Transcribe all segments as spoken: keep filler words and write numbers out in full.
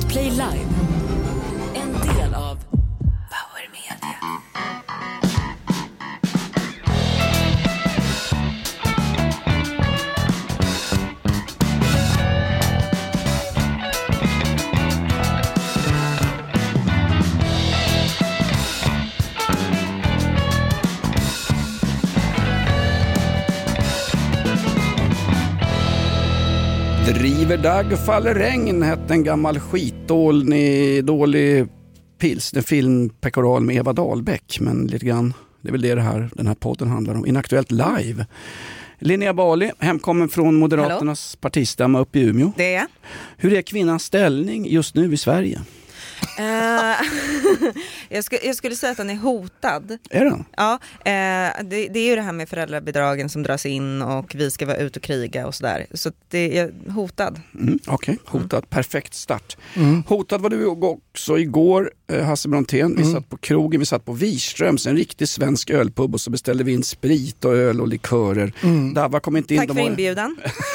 Play Live. En del av Power Media. Driver dag och faller regn hette en gammal skitdålig dålig pilsnerfilm pekoral med Eva Dahlbäck, men lite grann, det är väl det, det här, den här podden handlar om. Inaktuellt live. Linnea Bali, hemkommen från Moderaternas Hallå. partistämma upp i Umeå. Det är. Hur är kvinnans ställning just nu i Sverige? Uh, jag, skulle, jag skulle säga att den är hotad. Är den? Ja, uh, det, det är ju det här med föräldrabidragen som dras in och vi ska vara ute och kriga och sådär. Så det är hotad. Mm, Okej, okay. hotad. Mm. Perfekt start. Mm. Hotad var du också igår, eh, Hasse Brontén. Vi mm. satt på krogen, vi satt på Wirströms, en riktig svensk ölpub, och så beställde vi in sprit och öl och likörer. Mm. Dava kom inte in. Tack för var... inbjudan.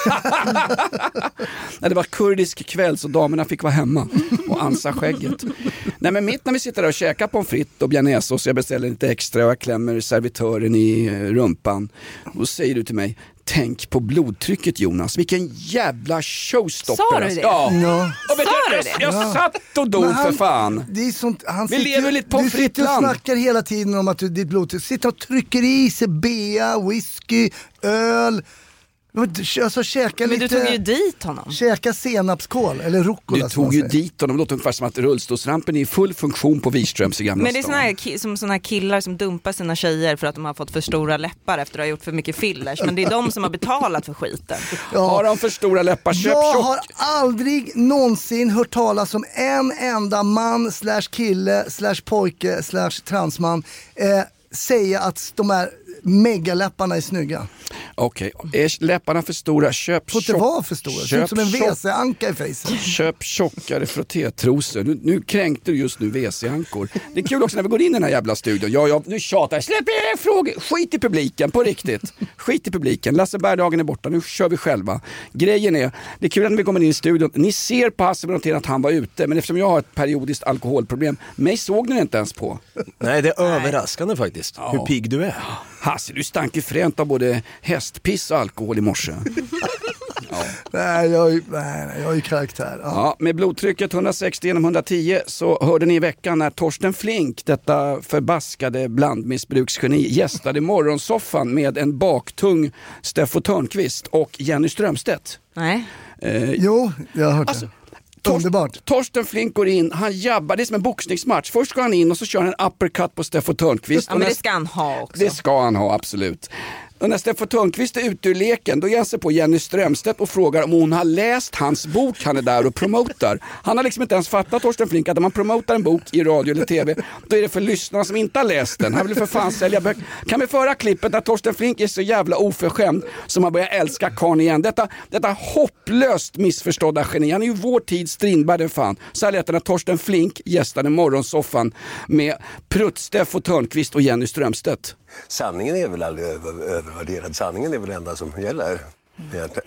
Nej, det var kurdisk kväll så damerna fick vara hemma och ansa skägget. Nej, men mitt när vi sitter där och käkar pommes frites och bearnaisesås, så jag beställer lite extra och jag klämmer servitören i rumpan. Då säger du till mig: tänk på blodtrycket, Jonas. Vilken jävla showstopper. Sa du det? Ja. Ja. Och vet Sa jag, du jag, det? jag Ja. satt och dog han, för fan. Det är sånt, han Vi sitter, lever lite på du fritt sitter och land. snackar hela tiden om att du, ditt blodtryck sitter och trycker i sig bea, whisky, öl. Alltså käka Men lite... du tog ju dit honom. Käka senapskål eller rucola. Du tog ju dit honom. Det låter ungefär som att rullstolsrampen är i full funktion på Wirströms i Gamla Men det är stan. såna här, ki- som såna här killar som dumpar sina tjejer för att de har fått för stora läppar efter att ha gjort för mycket fillers. Men det är de som har betalat för skiten. Ja. Har de för stora läppar? Köp Jag tjock. har aldrig någonsin hört talas om en enda man slash kille slash pojke slash transman eh, säga att de här megaläpparna är snygga. Okej, okay. Är läpparna för stora? Köp Får inte tjock. vara för stora. Det ser ut som en tjock. W C-anka i fejsen. Köp tjockare frottétrosor. Nu, nu kränkte du just nu W C-ankor. Det är kul också när vi går in i den här jävla studion. Ja, ja, nu tjatar jag. Släpp era frågor. Skit i publiken, på riktigt. Skit i publiken. Lasse Bergdagen är borta. Nu kör vi själva. Grejen är, det är kul när vi kommer in i studion. Ni ser på Hasse Brontén att han var ute. Men eftersom jag har ett periodiskt alkoholproblem, mig såg ni inte ens på. Nej, det är överraskande faktiskt. Ja. Hur pigg du är. Hasse, du stank ju fränt av både hästpiss och alkohol i morse. Ja. Nej, jag, nej, nej, jag har ju karaktär. Ja. Ja, med blodtrycket hundrasextio genom hundratio så hörde ni i veckan när Torsten Flink, detta förbaskade blandmissbruksgeni, gästade morgonsoffan med en baktung Steffo Törnqvist och Jenny Strömstedt. Nej. Eh, Jo, jag har hört alltså, det. Torst, Underbart. Torsten Flink går in, han jabbar, det är som en boxningsmatch. Först går han in och så kör han en uppercut på Steffo Törnqvist. Ja, men det ska han ha också. Det ska han ha, absolut. Och när Steffo Törnqvist är ute ur leken, då ger han sig på Jenny Strömstedt och frågar om hon har läst hans bok han är där och promotar. Han har liksom inte ens fattat, Torsten Flink, att om man promotar en bok i radio eller tv, då är det för lyssnarna som inte har läst den. Han vill för fan sälja böcker. Kan vi föra klippet där Torsten Flink är så jävla oförskämd som han börjar älska karn igen. Detta, detta hopplöst missförstådda geni. Han är ju vår tids Strindberg, den fan. Så här lät det när Torsten Flink gästade morgonsoffan med Prutt, Steffo Törnqvist och Jenny Strömstedt. Sanningen är väl aldrig över, övervärderad. Sanningen är väl det enda som gäller. Egentligen.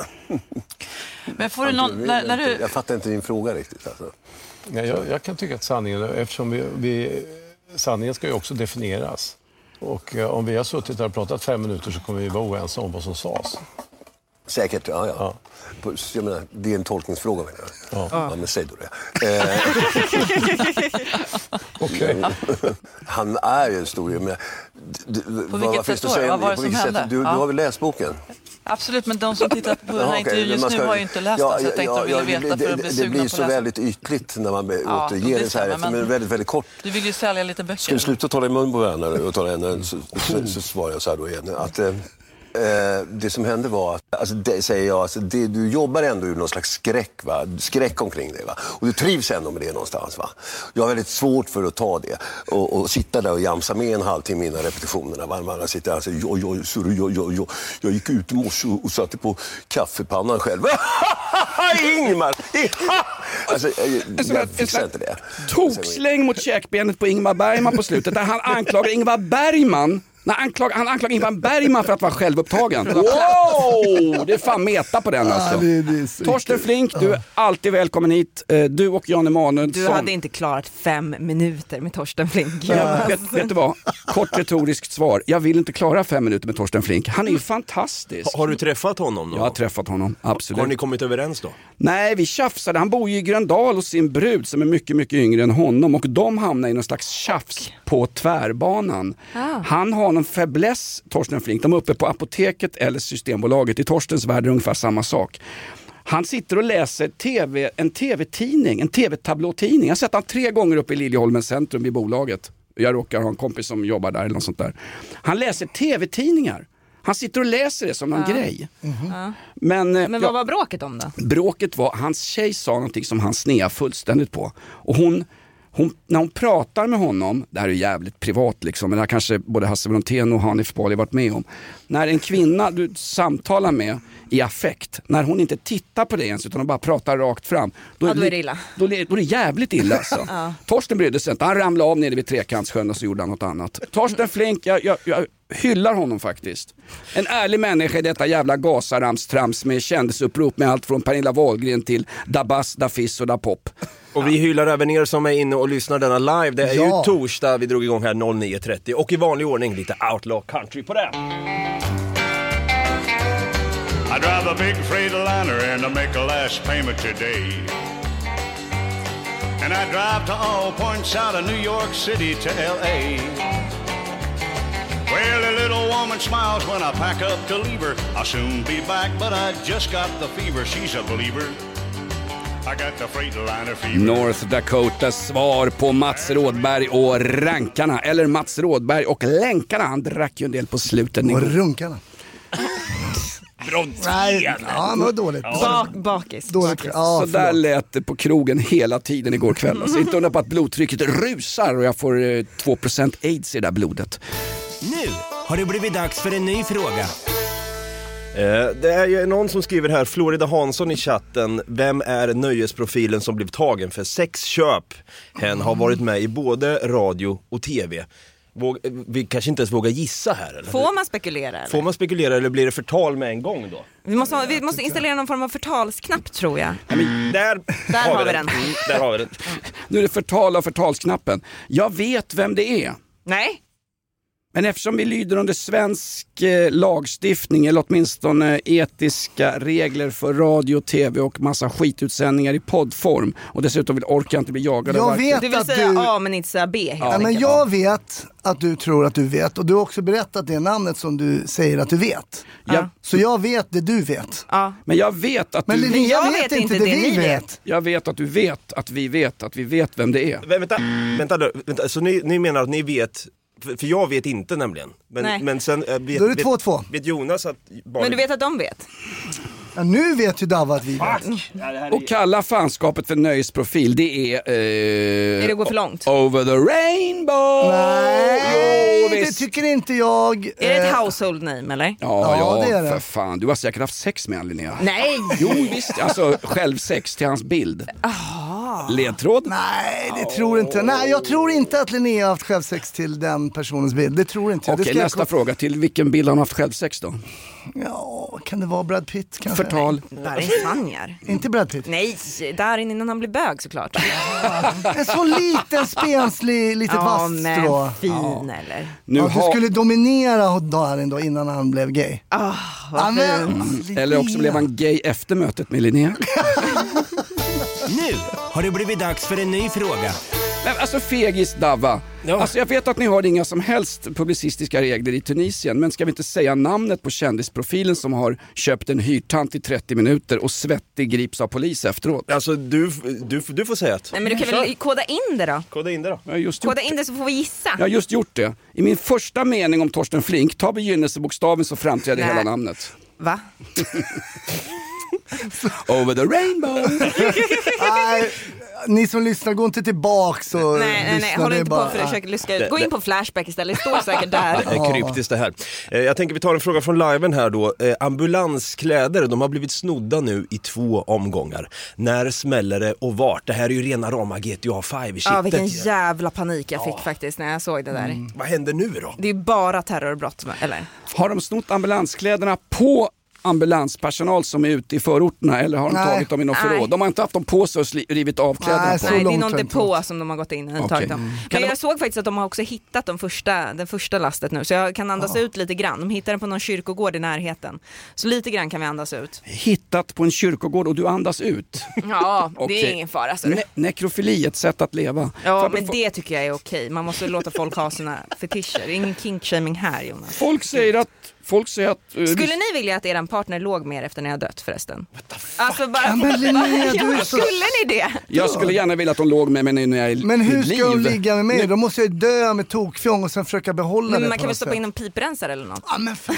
Men får du någon, när, när du... Jag fattar inte din fråga riktigt. Alltså. Ja, jag, jag kan tycka att sanningen, eftersom vi, vi, sanningen ska ju också definieras. Och eh, om vi har suttit här och pratat fem minuter så kommer vi vara oense om vad som sades. Säkert, ja, ja. Ja. Jag menar, det är en tolkningsfråga, menar jag. Ja. Ja, men säg då det. Eh, Okej. Han är ju en stor... Men, du, På vilket sätt då? Vad var det som hände? Du, du Ja. har väl läst boken? Absolut, men de som tittar på den här Ja, okej, intervjun just man ska- nu har ju inte läst ja, den, så jag tänkte ja, att de ville ja, veta det, för att bli det, sugna det blir på att så läsa. väldigt ytligt när man Ja, återger det det så här, stämmer, eftersom det är men- väldigt, väldigt kort. Du vill ju sälja lite böcker. Ska vi sluta tala i mun på varandra och tala en, så, så, så svarar jag så här då igen. Att, eh, det som hände var att, alltså det säger jag, alltså det, du jobbar ändå ur någon slags skräck, va? Skräck omkring dig, va? Och du trivs ändå med det någonstans, va? Jag har väldigt svårt för att ta det och, och sitta där och jamsa med en halvtimme innan repetitionerna. Va? Man sitter alltså, jo, jo, sorry, jo, jo, jo. Jag gick ut i morse och, och satte på kaffepannan själv. Ingmar! Alltså, jag, jag fixar inte det. Toksläng mot käkbenet på Ingmar Bergman på slutet där han anklagar Ingmar Bergman Nej, anklag, han anklagar Ingvar Bergman för att vara självupptagen. Wow! Det är fan meta på den alltså. Ja, det, det är Torsten Flink, du är alltid välkommen hit. Du och Jan Emanuelsson. Du hade inte klarat fem minuter med Torsten Flink. Ja, vet, vet du vad? Kort retoriskt svar. Jag vill inte klara fem minuter med Torsten Flink. Han är ju fantastisk. Har du träffat honom då? Jag har träffat honom, absolut. Har ni kommit överens då? Nej, vi tjafsade. Han bor ju i Gröndal hos sin brud som är mycket, mycket yngre än honom. Och de hamnar i någon slags tjafs på tvärbanan. Ah. Han har någon fäbless, Torsten Flink. De är uppe på apoteket eller Systembolaget. I Torstens värld är ungefär samma sak. Han sitter och läser T V, en tv-tidning, en tv-tablåtidning. Jag har sett han tre gånger uppe i Liljeholmens centrum vid bolaget. Jag råkar ha en kompis som jobbar där eller något sånt där. Han läser tv-tidningar. Han sitter och läser det som någon ja. grej. Mm-hmm. Men, Men vad ja, var bråket om då? Bråket var, hans tjej sa någonting som han snea fullständigt på. Och hon, hon, när hon pratar med honom, det här är jävligt privat liksom, men det här kanske både Hasse Brontén och Hanif Bali varit med om. När en kvinna du samtalar med i affekt, när hon inte tittar på det ens utan hon bara pratar rakt fram, då, ja, då är det det illa. Då, då är det jävligt illa alltså. Ja. Torsten brydde sig inte, han ramlade av nere vid Trekantssjön och så gjorde han något annat. Torsten Flink, jag, jag, jag hyllar honom faktiskt. En ärlig människa i detta jävla gasaramstrams med kändisupprop med allt från Pernilla Wahlgren till Dabas, Dafis och Dapop. Och vi hyllar även er som är inne och lyssnar denna live. Det är ja. ju torsdag, vi drog igång här nio trettio och i vanlig ordning lite outlaw country på det. I drive a big Freightliner and I make a last payment today. And I drive to all points out of New York City to L A. Well, the little woman smiles when I pack up to leave her. I'll soon be back, but I just got the fever. She's a believer. I got the Freightliner fever. North Dakotas svar på Mats Rådberg och rankarna. Eller Mats Rådberg och länkarna. Han drack ju en del på slutet. Och runkarna. Nej, ja, men dåligt. Bak, bakis. Dåligt. bakis. Ja, så där lät det på krogen hela tiden igår kväll. Alltså, inte undra på att blodtrycket rusar och jag får eh, två procent aids i det där blodet. Nu har det blivit dags för en ny fråga. Eh, det är ju någon som skriver här, Florida Hansson i chatten. Vem är nöjesprofilen som blev tagen för sexköp? Hen har varit med i både radio och tv. Våg, vi kanske inte ens vågar gissa här eller? Får man spekulera eller? Får man spekulera eller blir det förtal med en gång då? Vi måste, ha, vi måste installera någon form av förtalsknapp tror jag. Ja, men där, där har vi den, den. Mm, där har vi den. Nu är det förtal av förtalsknappen. Jag vet vem det är. Nej. Men eftersom vi lyder under svensk eh, lagstiftning eller åtminstone etiska regler för radio, tv och massa skitutsändningar i poddform och dessutom vill orka inte bli jagad jag av vet Du vill att säga du... A men inte säga B helt ja, men jag vet att du tror att du vet och du har också berättat det namnet som du säger att du vet. Ja. Så jag vet det du vet. Ja. Men jag vet att men du Men jag vet, vet inte det, det vi vet. vet. Jag vet att du vet att vi vet att vi vet vem det är. Vä- vänta, vänta, då, vänta. Så ni, ni menar att ni vet. För, för jag vet inte nämligen. Men, men sen äh, vet, då är det två två. Vet, vet Jonas att barn... Men du vet att de vet. Ja, nu vet ju Dava att vi vet. Ja, är... Och kalla fanskapet för nöjesprofil, det är... Eh, är det går för långt? Over the rainbow! Nej, jo, det visst. tycker inte jag. Är det ett household name eller? Ja, ja, ja det är det. för fan. Du har säkert haft sex med Linnea. Nej! Jo, visst. Alltså, självsex till hans bild. Aha. Ledtråd? Nej, det tror inte. Nej, jag tror inte att Linnea har haft självsex till den personens bild. Det tror inte jag. Okej, det nästa jag... fråga. Till vilken bild har han haft självsex då? Ja, kan det vara Brad Pitt kanske? Förtal. Där är Fanjar. Inte Brad Pitt. Nej, där innan han blir bög såklart. En så liten, spenslig, litet ja, vasst men strå. fin ja. Eller? Nu ja, har... Du skulle dominera Darin då innan han blev gay. Oh, ja, men, mm. Eller också blev han gay efter mötet med Linnea. Nu har det blivit dags för en ny fråga. Men alltså fegis Dava. Ja. Alltså jag vet att ni har inga som helst publicistiska regler i Tunisien, men ska vi inte säga namnet på kändisprofilen som har köpt en hyrtant i trettio minuter och svettig grips av polis efteråt? Alltså du, du, du får säga att... Nej, men du kan väl koda in det då? Koda in det då. Jag har just koda gjort in det så får vi gissa. Jag har just gjort det. I min första mening om Torsten Flink, ta begynnelsebokstaven så framträder hela namnet. Va? Over the rainbow. Nej, ni som lyssnar, gå inte tillbaks och Nej, nej, nej, håll inte bara, på för att försöka lyssna. Gå in på Flashback istället, det står säkert där. Det är kryptiskt det här. Eh, jag tänker vi tar en fråga från liven här då. Eh, ambulanskläder, de har blivit snodda nu i två omgångar. När smäller det och vart? Det här är ju rena rama G T A fem-kittet. Ja, vilken jävla panik jag fick ja. faktiskt när jag såg det där. Mm. Vad händer nu då? Det är bara terrorbrott, eller? Har de snott ambulanskläderna på ambulanspersonal som är ute i förorterna, eller har de Nej. tagit dem i någon förråd? De har inte haft dem på sig och sli- rivit av kläderna Nej, på. Nej, det är någon depå som de har gått in och okay. tagit dem. Men jag såg faktiskt att de har också hittat de första, den första lastet nu, så jag kan andas ja. ut lite grann. De hittade den på någon kyrkogård i närheten. Så lite grann kan vi andas ut. Hittat på en kyrkogård och du andas ut? Ja, det okay. är ingen fara. Ne- nekrofili, ett sätt att leva. Ja, men få- det tycker jag är okej. Man måste låta folk ha sina fetischer. Ingen kinkshaming här, Jonas. Folk säger att Folk säger att... Uh, skulle ni vilja att er partner låg med er efter när jag dött förresten? Alltså bara... ja, men Linnea, du är så... Skulle ni det? Jag skulle gärna vilja att de låg med mig när jag är Men hur ska liv. de ligga med mig? Då måste jag dö med tokfjong och sen försöka behålla men det. Man kan väl stoppa in en piprensare eller något? Ja, men fan.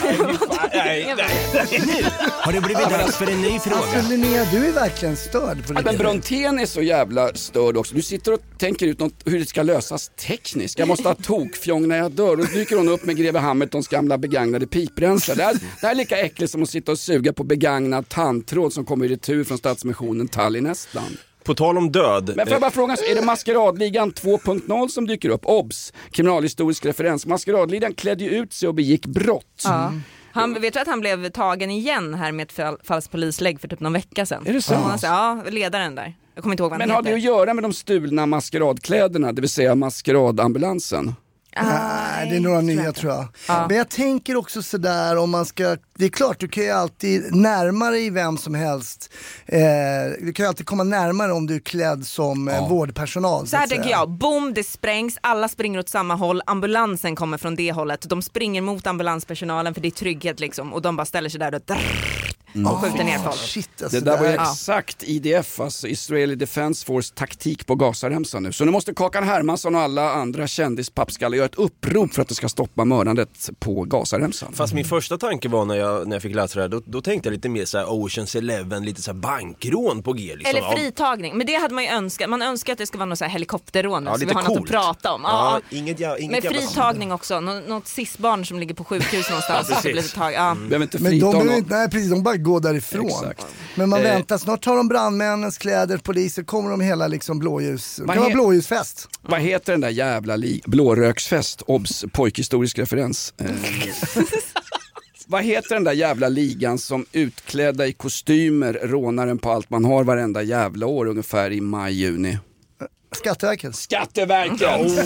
Nej, nu har det blivit dags för en ny fråga. Alltså Linnea, du är verkligen störd på det. Ja, men Brontén är så jävla störd också. Du sitter och tänker ut något, hur det ska lösas tekniskt. Jag måste ha tokfjong när jag dör. Och då dyker hon upp med greve Hamiltons gamla begagnade piprensare. Det här, det här är lika äckligt som att sitta och suga på begagnad tandtråd som kommer i retur från Stadsmissionen Tallinn, Estland. På tal om död. Men får jag bara fråga, är det Maskeradligan två punkt noll som dyker upp? Obs! Kriminalhistorisk referens. Maskeradligan klädde ju ut sig och begick brott. Ja. Han vet du att han blev tagen igen här med ett fall, falskt polislägg för typ någon vecka sedan. Är det så? Ja, ja, ledaren där. Jag kommer inte ihåg vad han Men heter. har det att göra med de stulna maskeradkläderna, det vill säga maskeradambulansen? Ah, Nej, det är några nya tror jag. Ja. Men jag tänker också sådär om man ska, det är klart du kan ju alltid närmare i vem som helst. Eh, du kan ju alltid komma närmare om du är klädd som ja. eh, vårdpersonal. Så här tänker jag, boom, det sprängs, alla springer åt samma håll, ambulansen kommer från det hållet. De springer mot ambulanspersonalen för det är trygghet liksom. Och de bara ställer sig där och Mm. och skjuter ner folk. Shit, alltså det där var ju ja. exakt I D F, alltså Israeli Defense Force taktik på Gazaremsan nu. Så nu måste Kakan Hermansson och alla andra kändispappskallar göra ett upprop för att det ska stoppa mördandet på Gazaremsan. Fast min första tanke var när jag, när jag fick läsa det här, då, då tänkte jag lite mer så här Oceans Eleven, lite så här bankrån på G. Liksom. Eller fritagning, men det hade man ju önskat. Man önskar att det ska vara något så här helikopterrån ja, så vi har coolt. något att prata om. Ja, ja. Inget, ja, inget med fritagning också, Nå- något cisbarn som ligger på sjukhus någonstans. ja, ska bli tag- ja. mm. inte men de behöver inte, nej precis, de bara går därifrån. Exakt. Men man eh. väntar, snart tar de brandmännens kläder, poliser, kommer de hela liksom blåljus. Det kan he- vara blåljusfest. Vad heter den där jävla li- blåröksfest? Obs, pojkhistorisk referens. Eh. Vad heter den där jävla ligan som utklädda i kostymer rånar en på allt man har varenda jävla år ungefär i maj-juni? Skatteverket. Skatteverket!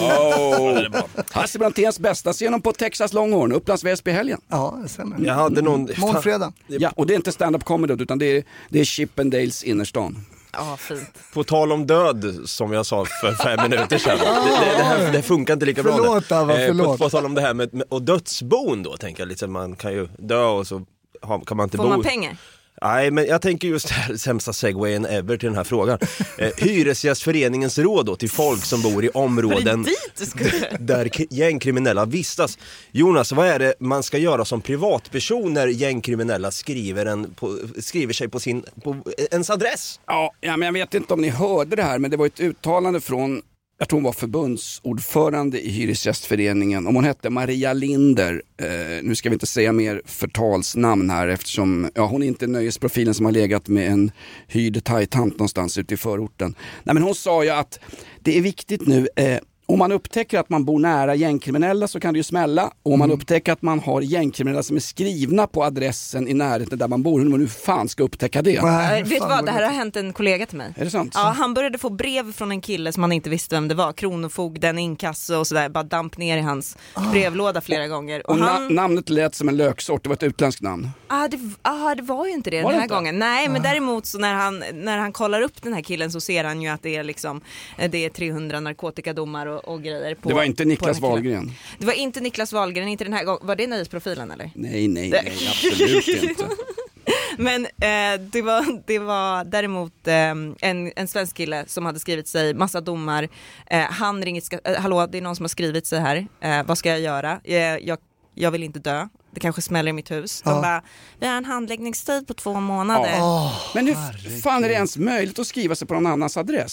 Oh. Hasse Bronténs bästa scenen på Texas Longhorn, Upplands Väsby helgen. Ja, det stämmer. Jag hade någon... Månfredag. Ja, och det är inte stand-up comedy utan det är, det är Chippendales innerstan. Ja, fint. På tal om död, som jag sa för fem minuter sedan. Det, det, det, här, det funkar inte lika förlåt, bra nu. Eh, förlåt. på, på tal om det här med, med och dödsbon då, tänker jag lite. Man kan ju dö och så ha, kan man inte Får bo. man pengar? Nej, men jag tänker just det här sämsta segwayen ever till den här frågan. Eh, Hyresgästföreningens råd då till folk som bor i områden där k- gängkriminella vistas. Jonas, vad är det man ska göra som privatperson när gängkriminella skriver, en på, skriver sig på, sin, på ens adress? Ja, ja, men jag vet inte om ni hörde det här, men det var ett uttalande från, jag tror hon var förbundsordförande i Hyresgästföreningen, om hon hette Maria Linder. Eh, nu ska vi inte säga mer förtalsnamn här eftersom ja, hon är inte nöjesprofilen som har legat med en hyrd thai-tant någonstans ute i förorten. Nej, men hon sa ju att det är viktigt nu, eh, om man upptäcker att man bor nära gängkriminella så kan det ju smälla. Och om man upptäcker att man har gängkriminella som är skrivna på adressen i närheten där man bor, hur man nu fan ska upptäcka det. Nej, äh, vet du vad, det här har hänt en kollega till mig. Är det sant? Ja, han började få brev från en kille som han inte visste vem det var. Kronofogden, inkasso och sådär. Bara damp ner i hans ah. brevlåda flera gånger. Och, och han... na- namnet lät som en löksort, det var ett utländskt namn. Ah, det, ah, det var ju inte det var den här inte? gången. Nej, men ah. däremot så när han, när han kollar upp den här killen så ser han ju att det är liksom det är trehundra narkotikadomar och, och grejer på. Det var inte Niklas Wahlgren. Det var inte Niklas Wahlgren, inte den här gången. Var det nöjesprofilen eller? Nej, nej, nej, absolut inte. Men eh, det, var, det var däremot eh, en, en svensk kille som hade skrivit sig massa domar. Eh, han ringer, ska, eh, hallå, det är någon som har skrivit sig här. Eh, vad ska jag göra? Eh, jag, jag vill inte dö. Det kanske smäller i mitt hus. De ja. bara, vi har en handläggningstid på två månader. Oh, Men hur fan är det ens möjligt att skriva sig på någon annans adress?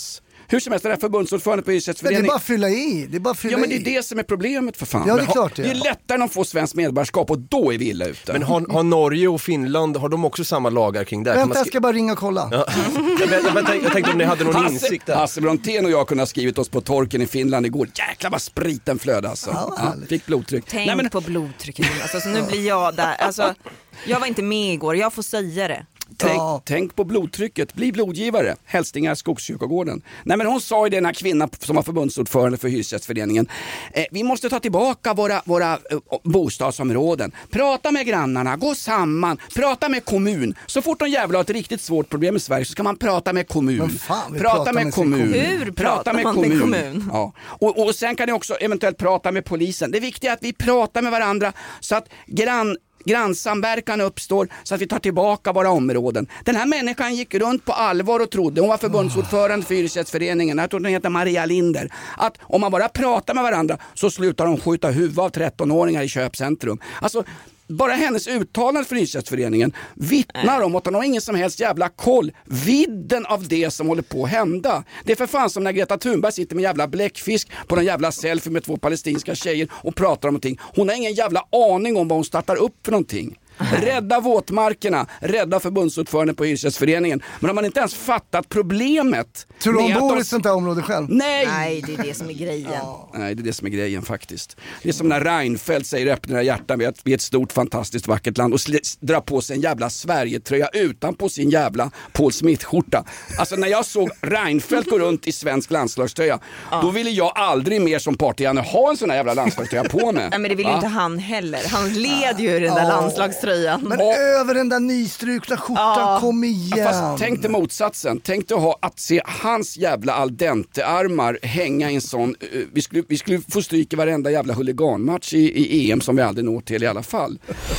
Hur som helst, det där förbundsordförande på Hyresgästföreningen. Det är bara att fylla i. Det är bara att fylla ja, men det är i. det som är problemet för fan. Ja, det är klart det. Det är lättare än att få svensk medborgarskap och då är vi illa ute. Men har, har Norge och Finland, har de också samma lagar kring det? Vänta, jag ska bara ringa och kolla. Ja. jag, jag, jag, jag tänkte om ni hade någon Hasse, insikt där. Hasse Brontén och jag kunde ha skrivit oss på torken i Finland igår. Jäklar vad spriten flöd alltså. Ja, ja, fick blodtryck. Tänk Nej, men... på blodtrycket. Alltså, så nu blir jag där. Alltså, jag var inte med igår, jag får säga det. Tänk, Ja. tänk på blodtrycket, bli blodgivare. Hälsningar Skogskyrkogården. Nej, men hon sa ju det, den här kvinnan som var förbundsordförande för Hyresgästföreningen. Eh, vi måste ta tillbaka våra, våra eh, bostadsområden. Prata med grannarna, gå samman, prata med kommun. Så fort de jävla har ett riktigt svårt problem i Sverige så ska man prata med kommun. Men fan, vi prata pratar med, med kommun. kommun. Hur pratar man med kommun? Ja. Och, och sen kan ni också eventuellt prata med polisen. Det viktiga är att vi pratar med varandra så att grann grannsamverkan uppstår så att vi tar tillbaka våra områden. Den här människan gick runt på allvar och trodde, hon var förbundsordförande för Hyresgästföreningen, jag tror hon heter Maria Linder, att om man bara pratar med varandra så slutar de skjuta huvud av trettonåringar i köpcentrum. Alltså bara hennes uttalande för Hyresgästföreningen vittnar om att hon har ingen som helst jävla koll vidden av det som håller på att hända. Det är för fan som när Greta Thunberg sitter med jävla bläckfisk på en jävla selfie med två palestinska tjejer och pratar om någonting. Hon har ingen jävla aning om vad hon startar upp för någonting. Rädda våtmarkerna, rädda förbundsordförande på Hyresgästföreningen. Men har man inte ens fattat problemet. Tror du hon bor de... i ett sånt där område själv? Nej! Nej, det är det som är grejen. Ja. Nej, det är det som är grejen faktiskt. Det är som när Reinfeldt säger öppna dina hjärtan, vi är, ett, vi är ett stort fantastiskt vackert land och sl- drar på sig en jävla Sverige-tröja utan på sin jävla Paul Smith-skjorta. Alltså när jag såg Reinfeldt gå runt i svensk landslagströja, ja. Då ville jag aldrig mer som partyjane ha en sån här jävla landslagströja på mig. Nej, men det vill ju ja. inte han heller. Han led ju i den där Ja. landslagströjan. Men och, över den där nystrukna skjortan, Ja. kom igen. Fast tänk dig motsatsen. Tänk dig att, ha, att se hans jävla al dente-armar hänga i en sån... Uh, vi, skulle, vi skulle få stryka varenda jävla huliganmatch i, i E M som vi aldrig når till i alla fall.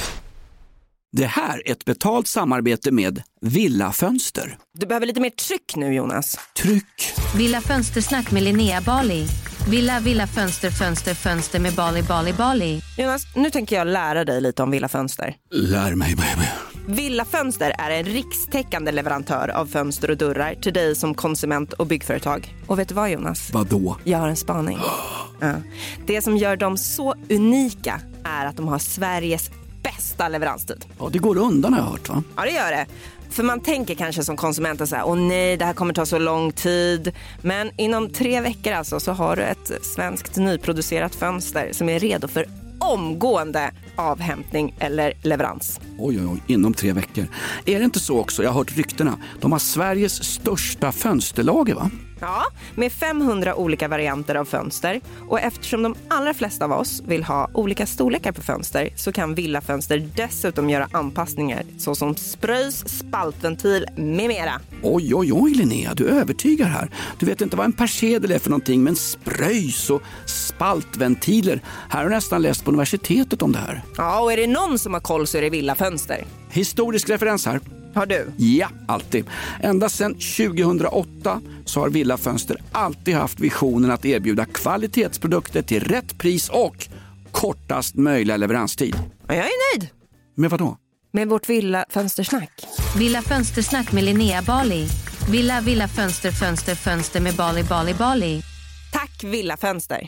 Det här är ett betalt samarbete med Villa Fönster. Du behöver lite mer tryck nu, Jonas. Tryck. Villa Fönstersnack med Linnea Bali. Villa, Villa Fönster, Fönster, Fönster med Bali, Bali, Bali. Jonas, nu tänker jag lära dig lite om Villa Fönster. Lär mig, baby. Villa Fönster är en rikstäckande leverantör av fönster och dörrar till dig som konsument och byggföretag. Och vet du vad, Jonas? Vadå? Jag har en spaning. Ja. Det som gör dem så unika är att de har Sveriges bästa leveranstid. Ja, det går undan har jag hört, va? Ja, det gör det. För man tänker kanske som konsument så här, åh nej, det här kommer ta så lång tid. Men inom tre veckor alltså så har du ett svenskt nyproducerat fönster som är redo för omgående avhämtning eller leverans. Oj, oj, oj, inom tre veckor. Är det inte så också, jag har hört ryktena, de har Sveriges största fönsterlager, va? Ja, med femhundra olika varianter av fönster. Och eftersom de allra flesta av oss vill ha olika storlekar på fönster så kan Villa Fönster dessutom göra anpassningar såsom spröjs, spaltventil med mera. Oj, oj, oj, Linnea, du övertygar här. Du vet inte vad en persedel är för någonting, men spröjs och spaltventiler. Här har jag nästan läst på universitetet om det här. Ja, och är det någon som har koll så är det Villa Fönster. Historisk referens här. Har du? Ja, alltid. Ända sedan tjugohundraåtta så har Villa Fönster alltid haft visionen att erbjuda kvalitetsprodukter till rätt pris och kortast möjliga leveranstid. Ja, jag är nöjd. Med vad då? Med vårt Villa Fönstersnack. Villa Fönstersnack med Linnea Bali. Villa, Villa Fönster, Fönster, Fönster med Bali, Bali, Bali. Tack Villa Fönster.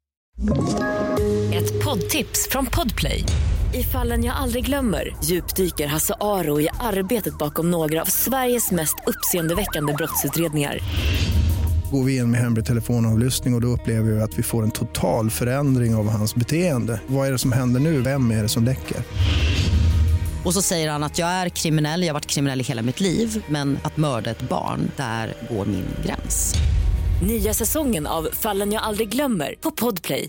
Ett poddtips från Podplay. I Fallen jag aldrig glömmer djupdyker Hasse Aro i arbetet bakom några av Sveriges mest uppseendeväckande brottsutredningar. Går vi in med hemlig telefonavlyssning och, och då upplever vi att vi får en total förändring av hans beteende. Vad är det som händer nu? Vem är det som läcker? Och så säger han att jag är kriminell, jag har varit kriminell i hela mitt liv. Men att mörda ett barn, där går min gräns. Nya säsongen av Fallen jag aldrig glömmer på Podplay.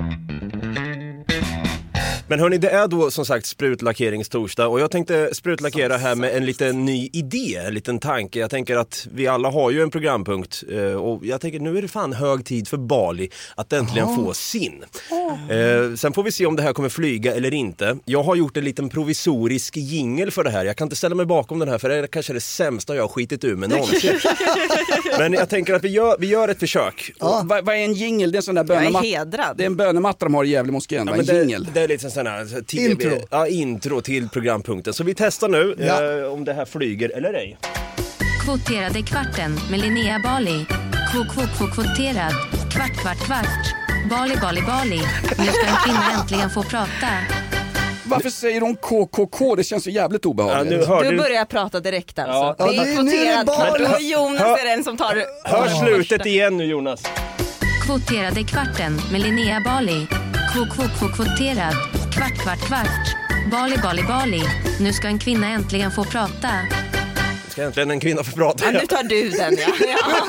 Men hörni, det är då som sagt sprutlackeringstorsdag och jag tänkte sprutlackera här med en liten ny idé, en liten tanke. Jag tänker att vi alla har ju en programpunkt och jag tänker nu är det fan hög tid för Bali att äntligen oh. få sin. Oh. Eh, sen får vi se om det här kommer flyga eller inte. Jag har gjort en liten provisorisk jingle för det här. Jag kan inte ställa mig bakom den här för det är kanske det sämsta jag har skitit ur med någonsin. Men jag tänker att vi gör, vi gör ett försök. Oh. Vad va är en jingle? Det är en sån där bönematta. Jag är hedrad. Det är en bönematta de har i Gävlemoskén. Ja, en det, jingle. Det är lite sån här T V, intro. Ja, intro till programpunkten. Så vi testar nu ja. eh, om det här flyger eller ej. Kvoterade kvarten med Linnea Bali. Kvot, kvot, kvot, kvoterad. Kvart, kvart, kvart. Bali, Bali, Bali. Nu ska en kvinna äntligen få prata. Varför säger hon K K K? Det känns ju jävligt obehagligt. Ja, nu hör du börjar jag prata direkt alltså. Ja. Det är kvoterad kvart och Jonas hör, är den som tar... Hör slutet igen nu Jonas. Kvoterade kvarten med Linnea Bali. Kvot, kvot, kvot, kvoterad. Kvart, kvart, kvart. Bali, Bali, Bali. Nu ska en kvinna äntligen få prata. Ska äntligen en kvinna få prata? Ja, nu tar du den, ja. ja.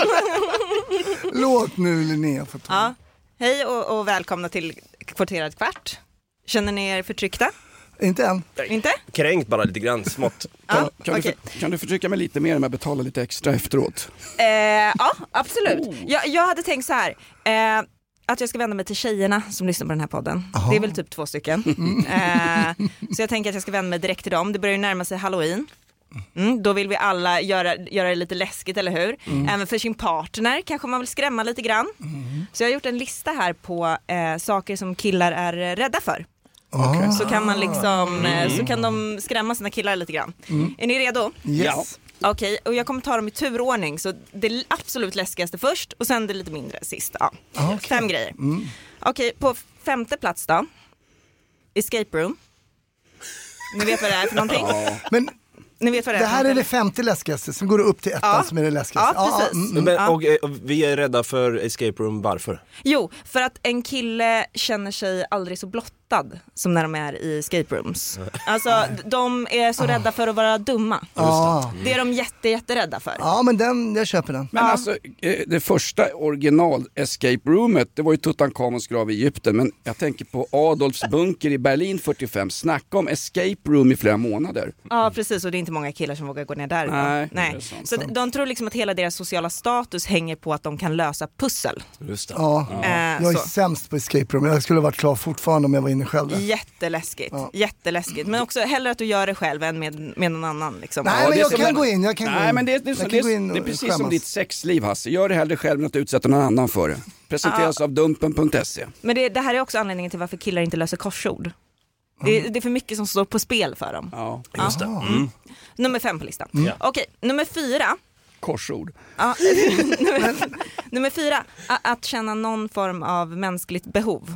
Låt nu Linnea få ta. Ja. Hej och, och välkomna till Kvoterad kvart. Känner ni er förtryckta? Inte än. Inte? Kränkt bara lite grann, smått. Ja, kan, kan, okay. du för, kan du förtrycka mig lite mer med att betala lite extra efteråt? Eh, ja, absolut. Oh. Jag, jag hade tänkt så här... Eh, att jag ska vända mig till tjejerna som lyssnar på den här podden. Aha. Det är väl typ två stycken. Mm. Eh, så jag tänker att jag ska vända mig direkt till dem. Det börjar ju närma sig Halloween. Mm, då vill vi alla göra, göra det lite läskigt, eller hur? Mm. Även för sin partner kanske man vill skrämma lite grann. Mm. Så jag har gjort en lista här på eh, saker som killar är rädda för. Okay. Så kan man liksom mm. så kan de skrämma sina killar lite grann. Mm. Är ni redo? Yes. Okej, okay, och jag kommer ta dem i turordning. Så det absolut läskigaste först och sen det lite mindre sist. Ja. Okay. Fem grejer. Mm. Okej, okay, på femte plats då. Escape room. Ni vet vad det är för någonting? Ja. Men Ni vet vad det, det är här är det femte läskigaste, sen går det upp till ettan ja. som är det läskigaste. Ja, precis. Ja, mm, Men, och, och vi är rädda för escape room, varför? Jo, för att en kille känner sig aldrig så blottad som när de är i escape rooms. Alltså, de är så rädda för att vara dumma. Ah. Det är de jätte, jätterädda för. Ja, men den, jag köper den. Men ja. alltså, det första original escape roomet, det var ju Tutankhamons grav i Egypten. Men jag tänker på Adolfs bunker i Berlin fyrtiofem. Snacka om escape room i flera månader. Ja, precis. Och det är inte många killar som vågar gå ner där. Nej, Nej. Så de, de tror liksom att hela deras sociala status hänger på att de kan lösa pussel. Just det. Ja, ja. Äh, jag är så. sämst på escape room. Jag skulle ha varit klar fortfarande om jag var inne själv. Jätteläskigt. Ja. Jätteläskigt. Men också hellre att du gör det själv än med, med någon annan. Liksom. Nej, ja, men jag kan en... gå in. Jag kan Nej, gå in. men det, det, det, det, det är precis skämmas. Som ditt sexliv, Hasse. Gör det hellre själv än att utsätta någon annan för det. Presenteras ja. av dumpen punkt se. Men det, det här är också anledningen till varför killar inte löser korsord. Det, det är för mycket som står på spel för dem. Ja, just det. Mm. Mm. Nummer fem på listan. Mm. Okej, nummer fyra. Korsord. Ja, nummer, nummer fyra. Att känna någon form av mänskligt behov.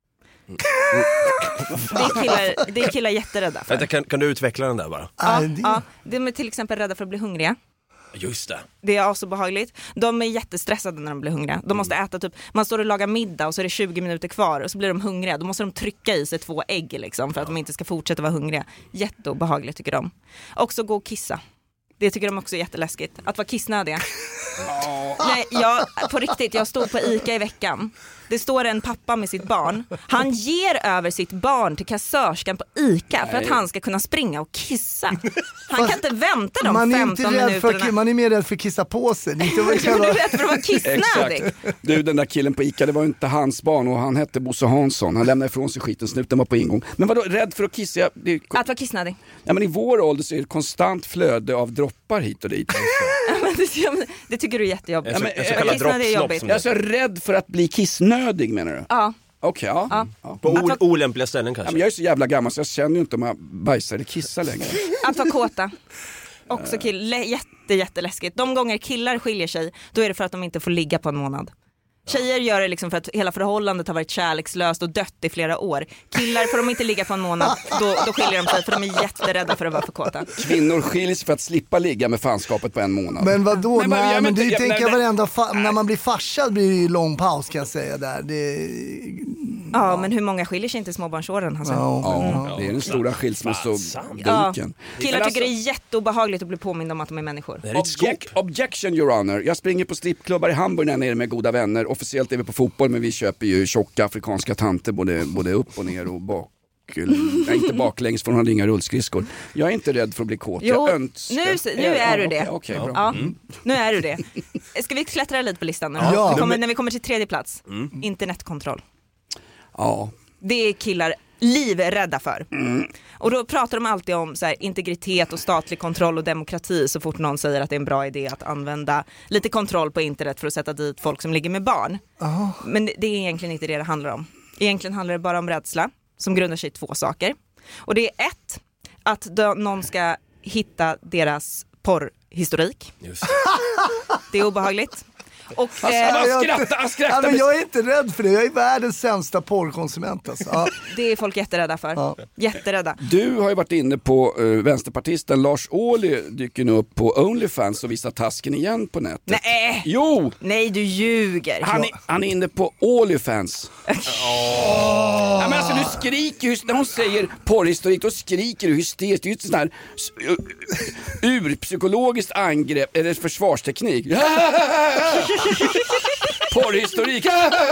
Det är killar, det är killar jätterädda för. Kan, kan du utveckla den där bara? Ja, ja, de är till exempel rädda för att bli hungriga. Just det. Det är också behagligt. De är jättestressade när de blir hungriga. De måste äta typ, man står och lagar middag och så är det tjugo minuter kvar och så blir de hungriga. Då måste de trycka i sig två ägg liksom för att de inte ska fortsätta vara hungriga. Jätteobehagligt tycker de. Också gå och kissa. Det tycker de också är jätteläskigt. Att vara kissnödiga. Nej, jag, på riktigt, jag stod på ICA i veckan. Det står en pappa med sitt barn. Han ger över sitt barn till kassörskan på ICA för att han ska kunna springa och kissa. Han kan inte vänta de man femton minuterna. Man är mer rädd för att kissa på sig. Det är inte du är rädd för att vara kissnödig. Du, den där killen på ICA, det var inte hans barn och han hette Bosse Hansson. Han lämnade ifrån sig skiten, snuten var på ingång. Men vadå, rädd för att kissa? Det är... Att vara kissnödig. Ja, men i vår ålder så är det ett konstant flöde av droppar hit och dit. det, det tycker du är jättejobbigt. En så, en så kallad droppsnopp. Jag är så rädd för att bli kissnödig, menar du? Ja. Okej, okay, ja. ja. På o- olämpliga ställen kanske. Ja, men jag är så jävla gammal så jag känner ju inte om jag bajsar eller kissar längre. Att vara kåta. Också kill- jätte, jätteläskigt. De gånger killar skiljer sig, då är det för att de inte får ligga på en månad. Tjejer gör det liksom för att hela förhållandet har varit kärlekslöst och dött i flera år. Killar får de inte ligga på en månad, då, då skiljer de sig för de är jätterädda för att vara för kåta. Kvinnor skiljs för att slippa ligga med fanskapet på en månad. Men vadå? Men, Nej, men, men du jag, tänker jag, varenda fa- när man blir farsad blir det ju lång paus kan jag säga där. Det... Ja, ja, men hur många skiljer sig inte i småbarnsåren? Alltså? Ja, mm. ja, det är den stora skilsmässodunken. Ja. Killar tycker det är jätteobehagligt att bli påmind om att de är människor. Object, objection, your honor. Jag springer på strippklubbar i Hamburg när jag är nere med goda vänner. Officiellt är vi på fotboll, men vi köper ju tjocka afrikanska tanter både, både upp och ner och bak. Nej, inte baklänges för hon hade inga rullskridskor. Jag är inte rädd för att bli kåt. Jo, jag önskar... nu, nu är du det. Okay, okay, bra. Ja, mm. Nu är du det. Ska vi klättra lite på listan nu? Ja. Vi kommer, när vi kommer till tredje plats. Mm. Internetkontroll. Ja. Det är killar livrädda för. Mm. Och då pratar de alltid om så här, integritet och statlig kontroll och demokrati så fort någon säger att det är en bra idé att använda lite kontroll på internet för att sätta dit folk som ligger med barn. Oh. Men det, det är egentligen inte det det handlar om. Egentligen handlar det bara om rädsla som grundar sig i två saker. Och det är ett, att då, någon ska hitta deras porrhistorik. Just. Det är obehagligt. Och, alltså, eh, jag, skrattar, jag, skrattar, ja, men jag är inte rädd för det, jag är världens sämsta porrkonsument alltså. Ja. Det är folk jätterädda för. Ja. Jätterädda. Du har ju varit inne på uh, vänsterpartisten Lars Ohly dyker nu upp på OnlyFans och visar tasken igen på nätet. Nej! Jo! Nej, du ljuger. Han är, han är inne på OnlyFans. Oh. Ja, men alltså, du skriker ju, när hon säger porrhistorik, då skriker du hysteriskt. Det är ju ett sånt här urpsykologiskt angrepp, eller försvarsteknik. Porrhistorik.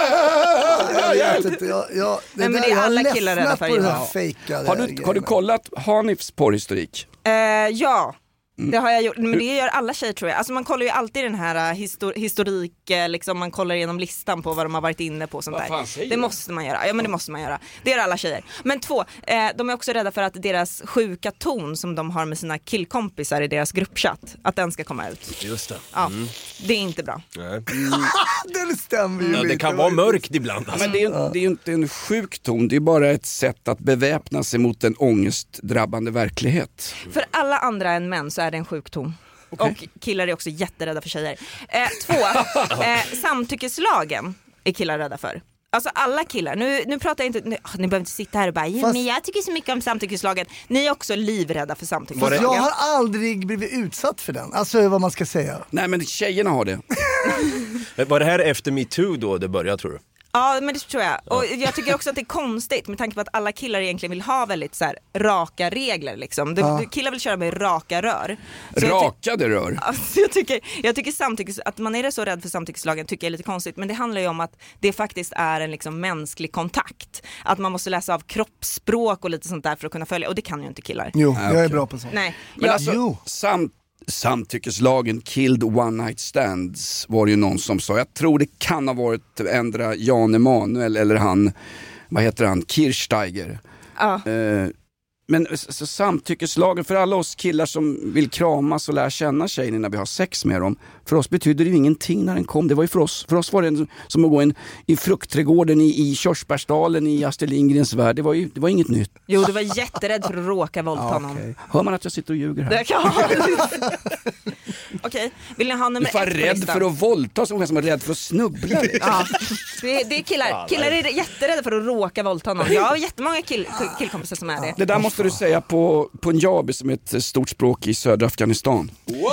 Jag vet inte, jag, jag, det Nej, men det är alla killar rädda för. Ja. Har du, har du kollat Hanifs porrhistorik? Uh, ja. Det har jag gjort, men det gör alla tjejer tror jag. Alltså man kollar ju alltid den här histor- historik, liksom man kollar igenom listan på vad de har varit inne på. Sånt där. Det måste man göra, ja men det måste man göra. Det gör alla tjejer. Men två, eh, de är också rädda för att deras sjuka ton som de har med sina killkompisar i deras gruppchatt, att den ska komma ut. Just det. Ja, mm. det är inte bra. Nej. Det stämmer ju ja, lite. Det kan vara mörkt ibland. Alltså. Men det är, det är ju inte en sjuk ton, det är bara ett sätt att beväpna sig mot en ångestdrabbande verklighet. För alla andra än män så är det en sjuk ton. Okay. Och killar är också jätterädda för tjejer. Eh, två, eh, samtyckeslagen är killar rädda för. Alltså alla killar, nu, nu pratar jag inte, nu, ni behöver inte sitta här och bara, Fast, men jag tycker så mycket om samtyckeslagen. Ni är också livrädda för samtyckeslagen. Jag har aldrig blivit utsatt för den, alltså vad man ska säga. Nej men tjejerna har det. Var det här efter MeToo då det började, tror du? Ja, men det tror jag. Och jag tycker också att det är konstigt med tanke på att alla killar egentligen vill ha väldigt så här raka regler liksom. Du, ja. Killar vill köra med raka rör. Så Rakade ty- rör? Alltså, jag tycker, jag tycker samtyckes, att man är så rädd för samtyckeslagen tycker jag är lite konstigt. Men det handlar ju om att det faktiskt är en liksom mänsklig kontakt. Att man måste läsa av kroppsspråk och lite sånt där för att kunna följa. Och det kan ju inte killar. Jo, jag är bra på sånt. Nej. Men jag, alltså, jo. samt samtyckeslagen killed one night stands var det ju någon som sa. Jag tror det kan ha varit ändra Jan Emanuel eller han, vad heter han, Kirchsteiger. Ja. Eh, men så, samtyckeslagen för alla oss killar som vill kramas och lära känna tjejer när vi har sex med dem. För oss betyder det ju ingenting när den kom. Det var ju för oss. För oss var det som att gå in i fruktträdgården i, i Körsbärsdalen i Astrid Lindgrens värld. Det var ju det var inget nytt. Jo, du var jätterädd för att råka våldta ja, någon. okay. Hör man att jag sitter och ljuger här? Det kan Okej, vill ni ha nummer ett på listan? Du var rädd för att våldta som som var rädd för att snubbla. Ja, det, det är killar. Killar är jätterädda för att råka våldta någon. Jag har jättemånga kill, killkompisar som är det. Det där måste du säga på punjabi som är ett stort språk i södra Afghanistan. Wow!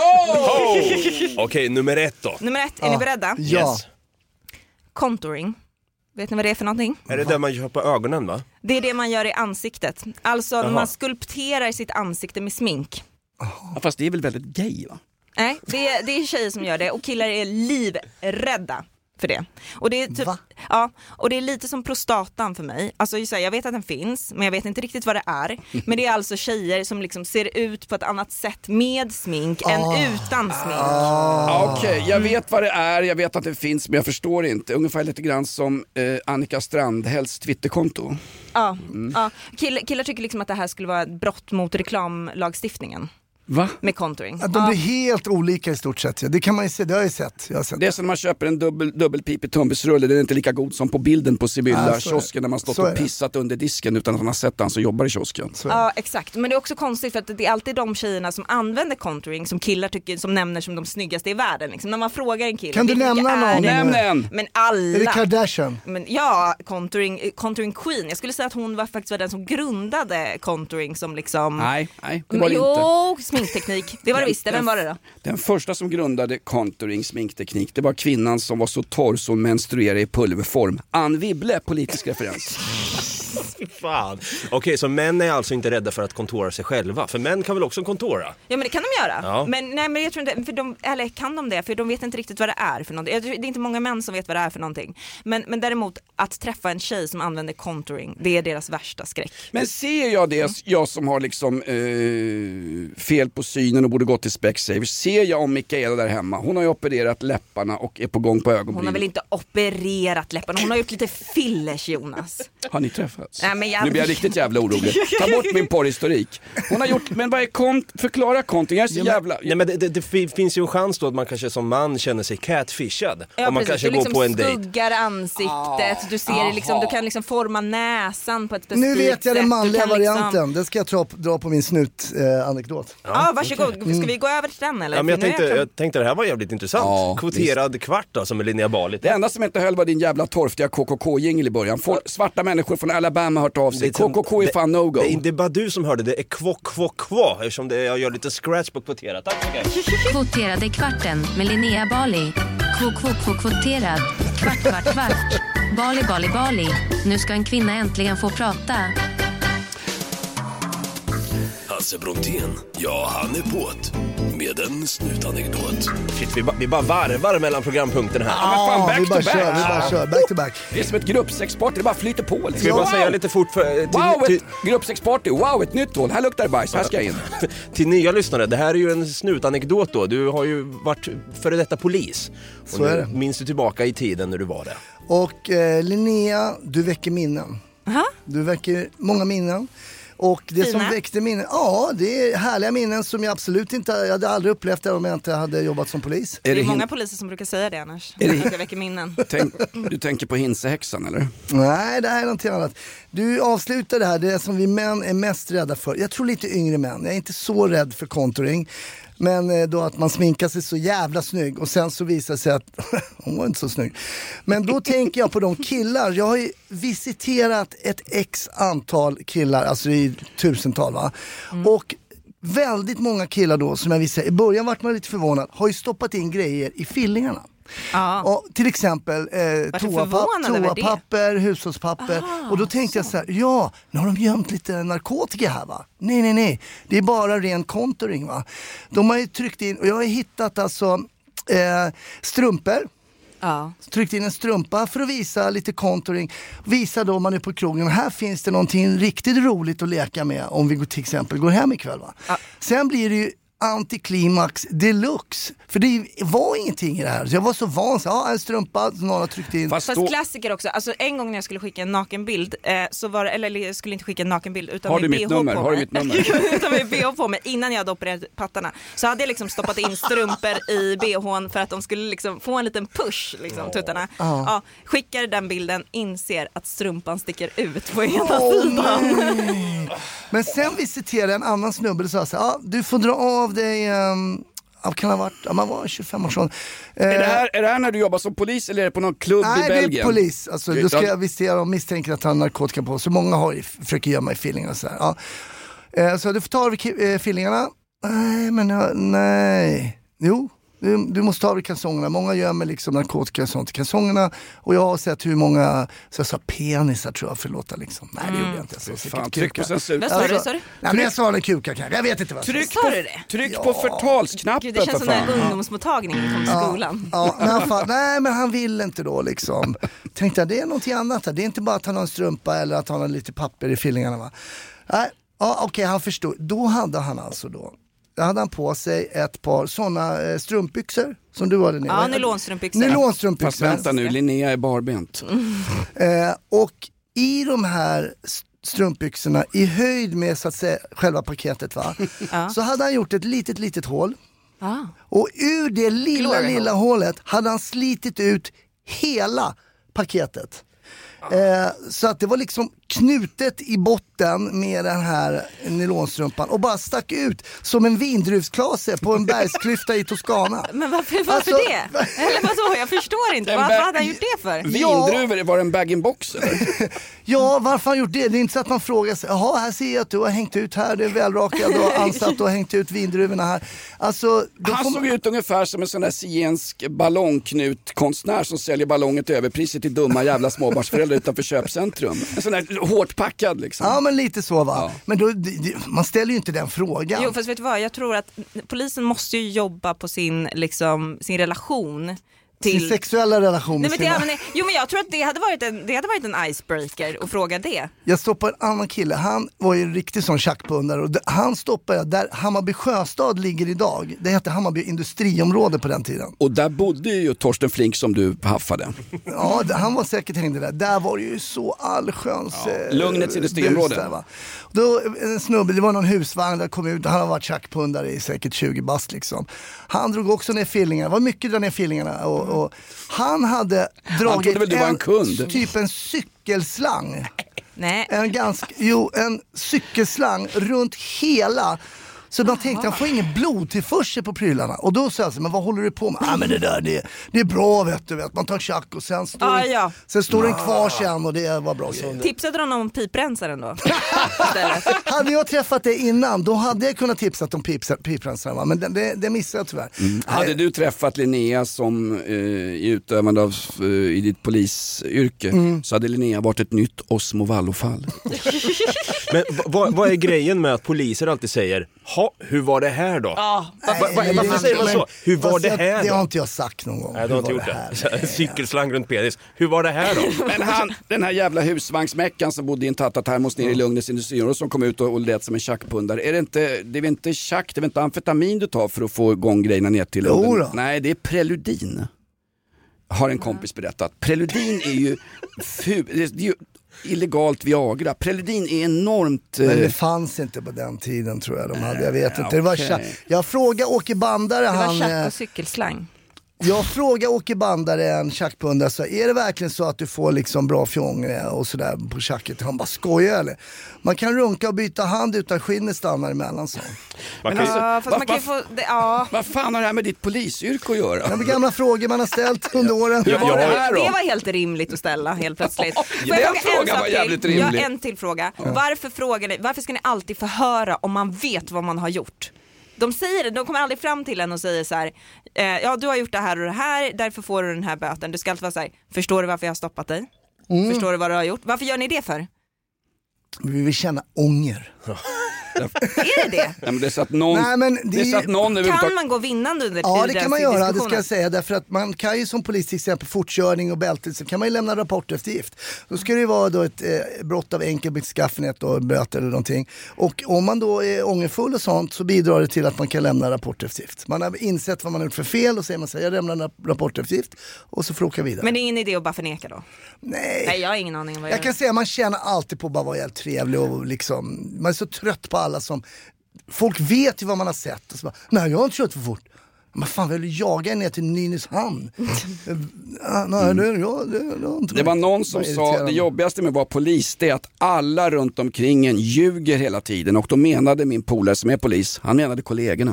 Okej, okay, nummer ett då. Nummer ett, är ja. ni beredda? Ja. Yes. Contouring. Vet ni vad det är för någonting? Är det där man gör på ögonen, va? Det är det man gör i ansiktet. Alltså Aha. när man skulpterar sitt ansikte med smink. Ja, fast det är väl väldigt gay, va? Nej, det är, det är tjejer som gör det och killar är livrädda för det. Och det är typ, ja, och det är lite som prostatan för mig. Alltså just så här, jag vet att den finns, men jag vet inte riktigt vad det är. Men det är alltså tjejer som liksom ser ut på ett annat sätt med smink oh. än utan smink. Oh. Okej, okay, jag vet vad det är, jag vet att det finns, men jag förstår inte. Ungefär lite grann som eh, Annika Strandhälls Twitterkonto. Ja, mm. ja. Kill, killar tycker liksom att det här skulle vara ett brott mot reklamlagstiftningen. Va? Med contouring. Att de blir ja. helt olika i stort sett. Ja. Det kan man ju se, det har jag sett. Jag har sett. Det är som när man köper en dubbel, dubbelpipig tumbisrulle. Den är inte lika god som på bilden på Sibylla ja, kiosken när man stått och pissat under disken utan att man har sett han som jobbar i kiosken. Ja, exakt. Men det är också konstigt för att det är alltid de tjejerna som använder contouring som killar tycker, som nämner som de snyggaste i världen. Liksom. När man frågar en kille. Kan du nämna någon? Nämn en! Men alla. Är det Kardashian? Men, ja, contouring, contouring queen. Jag skulle säga att hon var faktiskt var den som grundade contouring som liksom... Nej, nej det var det jo, inte. Sminkteknik. Det var det visst, vem var det då? Den första som grundade contouring sminkteknik, det var kvinnan som var så torr som menstruerade i pulverform. Ann Wibble, politisk referens. Fan. Okej, okay, så män är alltså inte rädda för att kontora sig själva? För män kan väl också kontora? Ja, men det kan de göra. Ja. Men, nej, men jag tror inte, för de, eller kan de det? För de vet inte riktigt vad det är för någonting. Det är inte många män som vet vad det är för någonting. Men, men däremot, att träffa en tjej som använder contouring, det är deras värsta skräck. Men ser jag det, mm. jag som har liksom eh, fel på synen och borde gå till Specsavers, ser jag om Mikaela där hemma, hon har ju opererat läpparna och är på gång på ögonbrynen. Hon har väl inte opererat läpparna, hon har gjort lite fillers, Jonas. Har ni träffats? Nej, men jag... Nu blir jag riktigt jävla orolig. Ta bort min porrhistorik. Hon har gjort, men vad är kont? Förklara konting. Jag är så jävla... Nej, men det, det, det finns ju en chans då att man kanske som man känner sig catfishad. Ja, om man precis. kanske du går liksom på en dejt. skuggar ansiktet, du ser liksom, du kan liksom forma näsan på ett specifikt Nu vet jag den sätt. manliga Du kan liksom- varianten, det ska jag dra, dra på min snut-anekdot. Ja, ah, varsågod. Ska vi gå över till den eller? Ja, men jag, För nu är tänkte, jag jag tänkte det här var jävligt intressant. Ja, Kvoterad visst. Kvart alltså med Linnea Bali. Det enda som inte höll var din jävla torftiga K K K-jingel i början. Folk, svarta människor från Alabama har hört av sig. K K K är fan no-go. Det är inte bara du som hörde det, är kvock, kvock, kvock. Eftersom det, jag gör lite scratch på kvotera. Tack så mycket. Kvoterade kvarten med Linnea Bali. Kvok, kvok, kvok, kvoterad. Kvart, kvart, kvart. Bali, Bali, Bali. Nu ska en kvinna äntligen få prata. Hasse Brontén, ja han är på't med en snutanekdot. Shit, vi, ba, vi bara varvar mellan programpunkterna här. Ja, men fan, back vi to bara back. kör, vi bara kör, back to back. Det är som ett gruppsexport, det bara flyter på liksom. Ska vi bara Wow. säga lite fort för, till, Wow, till, ett gruppsexport, wow, ett nytt hål. Här luktar det bajs, här ska jag in. till nya lyssnare, det här är ju en snutanekdot då. Du har ju varit före detta polis. Och Så är det. Minns du tillbaka i tiden när du var det? Och eh, Linnea, du väcker minnen. Aha. Du väcker många minnen. Och det Fina. som väckte minnen, ja det är härliga minnen som jag absolut inte, jag hade aldrig upplevt det om jag inte hade jobbat som polis. Det är, det många hin- poliser som brukar säga det annars. Är det- Att jag väcker minnen. Tänk, du tänker på Hinsehäxan eller? Nej, det här är någonting annat. Du avslutar det här, det som vi män är mest rädda för. Jag tror lite yngre män, jag är inte så rädd för contouring. Men eh, då att man sminkar sig så jävla snygg och sen så visar det sig att hon var inte så snygg. Men då tänker jag på de killar, jag har ju visiterat ett x antal killar, alltså i tusental va. Mm. Och väldigt många killar då som jag visste, i början vart man lite förvånad, har ju stoppat in grejer i fillingarna. Ja. Och till exempel eh, du toapapp, förvånad över det? toapapper, hushållspapper. Ah, och då tänkte jag så här, ja, nu har de gömt lite narkotika här va? Nej, nej, nej. Det är bara ren contouring va? De har ju tryckt in, och jag har hittat alltså eh, strumpor. Ja. Tryckt in en strumpa för att visa lite contouring. Visa då om man är på krogen. Här finns det någonting riktigt roligt att leka med om vi går, till exempel går hem ikväll va? Ja. Sen blir det ju antiklimax deluxe. För det var ingenting i det här. Så jag var så van. Så, ja, en strumpa som någon har tryckt in. Fast Fast då, klassiker också. Alltså en gång när jag skulle skicka en nakenbild eh, så var det, eller jag skulle inte skicka en nakenbild utan har du med mitt B H nummer? på Har du mig. mitt nummer? Utan med B H på mig innan jag hade opererat pattarna. Så hade jag liksom stoppat in strumpor i B H:n för att de skulle liksom få en liten push liksom, tuttarna. Ja. Ja, skickar den bilden, inser att strumpan sticker ut på ena Åh, sidan. nej. Men sen visiterade en annan snubbe och sa så här, ja, du får dra av dig um, ja, kan ha varit, ja, man var tjugofem år sedan. är, det här, är det här när du jobbar som polis eller är det på någon klubb Nej, i Belgien? det är polis. Alltså, då ska jag visitera och misstänker att han har narkotika på. Så många har, försöker gömma i fillingarna. Så, här. Ja. Eh, så du får ta av eh, fillingarna. Nej, men ja, nej. Jo. Du, du måste ta av dig kalsongerna. Många gömmer liksom narkotika och sånt i kalsongerna. Och jag har sett hur många, så jag sa penisar tror jag, förlåta liksom. Nej, det gjorde jag inte. Jag sa Fan, tryck på censur. Vad sa du, sa du? Nej, men jag sa en kuka kanske. Jag vet inte vad. Tryck Sa på, du det? tryck Ja. på förtalsknappen Gud, det känns för som fan. en ungdomsmottagning när vi kom till Ja, skolan. ja, men han fan, nej men han vill inte då liksom. Tänkte jag, det är någonting annat här. Det är inte bara att han har en strumpa eller att han har lite papper i fillingarna va. Nej, ja, okej okay, han förstod. Då hade han alltså då, då hade han på sig ett par sådana eh, strumpbyxor som du hade nere. Ja, nylonstrumpbyxor. Nylonstrumpbyxor. Fast vänta nu, Linnea är barbent. Eh, och i de här strumpbyxorna i höjd med så att säga själva paketet va. Ja. Så hade han gjort ett litet litet hål. Ah. Och ur det lilla Glory lilla hole. hålet hade han slitit ut hela paketet. Eh, så att det var liksom knutet i botten med den här nylonstrumpan och bara stack ut som en vindruvsklase på en bergsklyfta i Toscana. Men varför, varför Alltså, det? Eller vadå? Jag förstår inte. En Varför bag- hade han gjort det för? Vindruvor, var det en bag-in-box eller? Ja, varför har han gjort det? Det är inte så att man frågar sig, jaha, här ser jag att du har hängt ut här, du är välrakad och ansatt och hängt ut vindruvorna här. Alltså, då Han får såg man... ut ungefär som en sån där zigensk ballongknutkonstnär som säljer ballonger till överpriser till dumma jävla småbarnsföräldrar utanför köpcentrum. En sån där hårt packad liksom. Ja, men lite så va. Ja. Men då, det, det, man ställer ju inte den frågan. Jo, fast vet du vad? Jag tror att polisen måste ju jobba på sin, liksom, sin relation till sexuella relationer. Nej, men det, men, jo men jag tror att det hade varit en, det hade varit en icebreaker att fråga det. Jag stoppade en annan kille, han var ju en riktig sån tjackpundare och han stoppade där Hammarby Sjöstad ligger idag. Det hette Hammarby industriområde på den tiden. Och där bodde ju Torsten Flink som du haffade. Ja, han var säkert hängde där. Där var det ju så allsköns ja, Lugnets industriområde. Där, va? Då en snubbe, det var någon husvagn där kom ut, han har varit tjackpundare i säkert tjugo bast liksom. Han drog också ner fillingarna, det var mycket dra ner fillingarna och Och han hade dragit han en, en kund. typ en cykelslang. Nej. En ganska, jo, en cykelslang runt hela. Så man tänkte, han får ingen blodtillförsel på prylarna. Och då sa jag så, men vad håller du på med? Ja, ah, men det där, det, det är bra, vet du. Vet. Man tar tjack och sen står, ah, en, ja. sen står den kvar sen och det var bra grejer. Tipsade de om piprensaren då? Hade jag träffat det innan, då hade jag kunnat tipsa om piprensaren. Va? Men det, det, det missade jag tyvärr. Mm. Hade du träffat Linnea som eh, i utövande av eh, i ditt polisyrke mm. så hade Linnea varit ett nytt Osmo Vallo-fall. Men vad, vad är grejen med att poliser alltid säger ha, hur var det här då? Ah, va, va, va, varför säger man så? Hur var det här då? Det har inte jag sagt någon gång. Nej, du har inte gjort det. det. Cykelslang runt penis. Hur var det här då? Men han, den här jävla husvagnsmäckan som bodde i en tattatermos nere i Lugnets industriområde som kom ut och, och lät som en tjackpundare. Är det inte, det är väl inte tjack, det är väl inte amfetamin du tar för att få igång grejerna ner till Oden? Nej, det är preludin. Har en kompis berättat. Preludin är ju ful, det är ju illegalt Viagra. Preludin är enormt... Men det fanns inte på den tiden tror jag de hade. Jag vet inte. Det var okay. Jag frågade Åke Bandare. Det var han, tjack och cykelslang. Jag frågar Åke Bandare, en tjackpundare, så är det verkligen så att du får liksom bra fjång och sådär på tjacket? Han bara skojar eller? Man kan runka och byta hand utan skinnet stannar emellan så. Men alltså, ja, fast va, man kan va, få, det, ja. Vad fan har det här med ditt polisyrke att göra? Ja, med gamla frågor man har ställt under åren. Ja, var det, här det var helt rimligt att ställa helt plötsligt. Ja, den frågan var jävligt rimlig. Jag har en till fråga. Ja. Varför, frågar ni, varför ska ni alltid förhöra om man vet vad man har gjort? De säger det, de kommer aldrig fram till en och säger så här, eh, ja du har gjort det här och det här, därför får du den här böten. Du ska alltid vara så här, förstår du varför jag har stoppat dig? Mm. Förstår du vad du har gjort? Varför gör ni det för? Vi vill känna ånger. Är det det? Nej, men det är så att någon, Nej, men det, det är så att någon kan man gå vinnande under Ja, det kan man göra, det ska jag säga. Därför att man kan ju som polis till exempel fortkörning och bälte, så kan man ju lämna rapporteftergift. Då ska det ju vara då ett eh, brott av enkel beskaffenhet och böter eller någonting. Och om man då är ångerfull och sånt så bidrar det till att man kan lämna rapporteftergift. Man har insett vad man har gjort för fel och säger man så här, jag lämnar en rapporteftergift och så får åka vidare. Men det är ingen idé att bara förneka då? Nej. Nej, jag har ingen aning om vad jag Jag kan säga, man känner alltid på att bara vara helt trevlig och liksom, man är så trött på alla som, folk vet ju vad man har sett och så bara, nej jag har inte kört för fort. Men fan, vill jaga ner till Nynäshamn? ja, nej, det, ja, det, det, det var någon som sa, det jobbigaste med att vara polis, det är att alla runt omkring en ljuger hela tiden. Och då menade min polare som är polis, han menade kollegorna.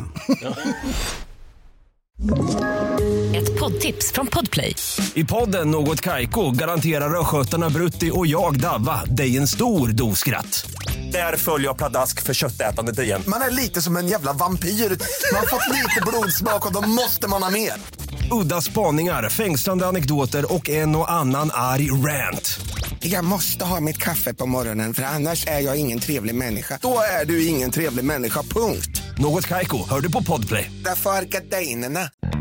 Ett poddtips från Podplay. I podden Något Kaiko garanterar röskötarna Brutti och jag Davva dig en stor doskratt. Där följer jag pladask för köttätandet igen. Man är lite som en jävla vampyr. Man har fått lite blodsmak och då måste man ha mer. Udda spaningar, fängslande anekdoter och en och annan arg rant. Jag måste ha mitt kaffe på morgonen för annars är jag ingen trevlig människa. Då är du ingen trevlig människa, punkt. Något Kaiko, hör du på Podplay. Därför är gardinerna.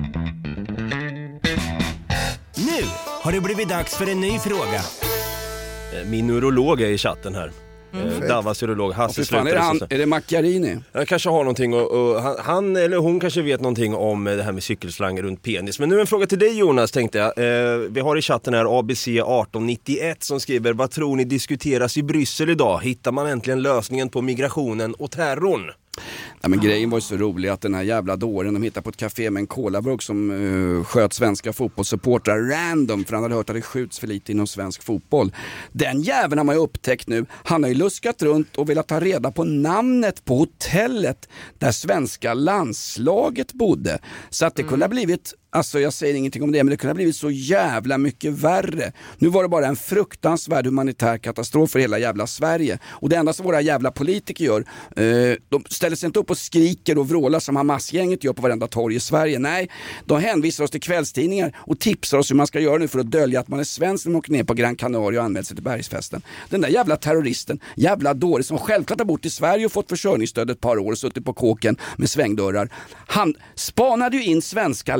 Nu har det blivit dags för en ny fråga. Min urolog är i chatten här. Mm. Davas urolog, Hasse oh, fan, är, det han, är det Macchiarini? Jag kanske har någonting och, och han, han eller hon kanske vet någonting om det här med cykelslang runt penis. Men nu en fråga till dig Jonas, tänkte jag. eh, Vi har i chatten här A B C arton nittioett som skriver: vad tror ni diskuteras i Bryssel idag? Hittar man äntligen lösningen på migrationen och terrorn? Ja, men grejen var ju så rolig att den här jävla dåren, de hittade på ett café med en kolaburk som uh, sköt svenska fotbollssupportrar random, för han hade hört att det skjuts för lite inom svensk fotboll. Den jäveln har man ju upptäckt nu. Han har ju luskat runt och velat ta reda på namnet på hotellet där svenska landslaget bodde. Så att det mm. kunde ha blivit, alltså jag säger ingenting om det, men det kunde ha blivit så jävla mycket värre. Nu var det bara en fruktansvärd humanitär katastrof för hela jävla Sverige. Och det enda som våra jävla politiker gör, eh, de ställer sig inte upp och skriker och vrålar som Hamas-gänget gör på varenda torg i Sverige. Nej, de hänvisar oss till kvällstidningar och tipsar oss hur man ska göra nu för att dölja att man är svensk när man åker ner på Gran Canaria och anmäler sig till bergsfesten. Den där jävla terroristen, jävla dåre som självklart har bott i Sverige och fått försörjningsstöd ett par år och suttit på kåken med svängdörrar. Han spanade ju in svenska lands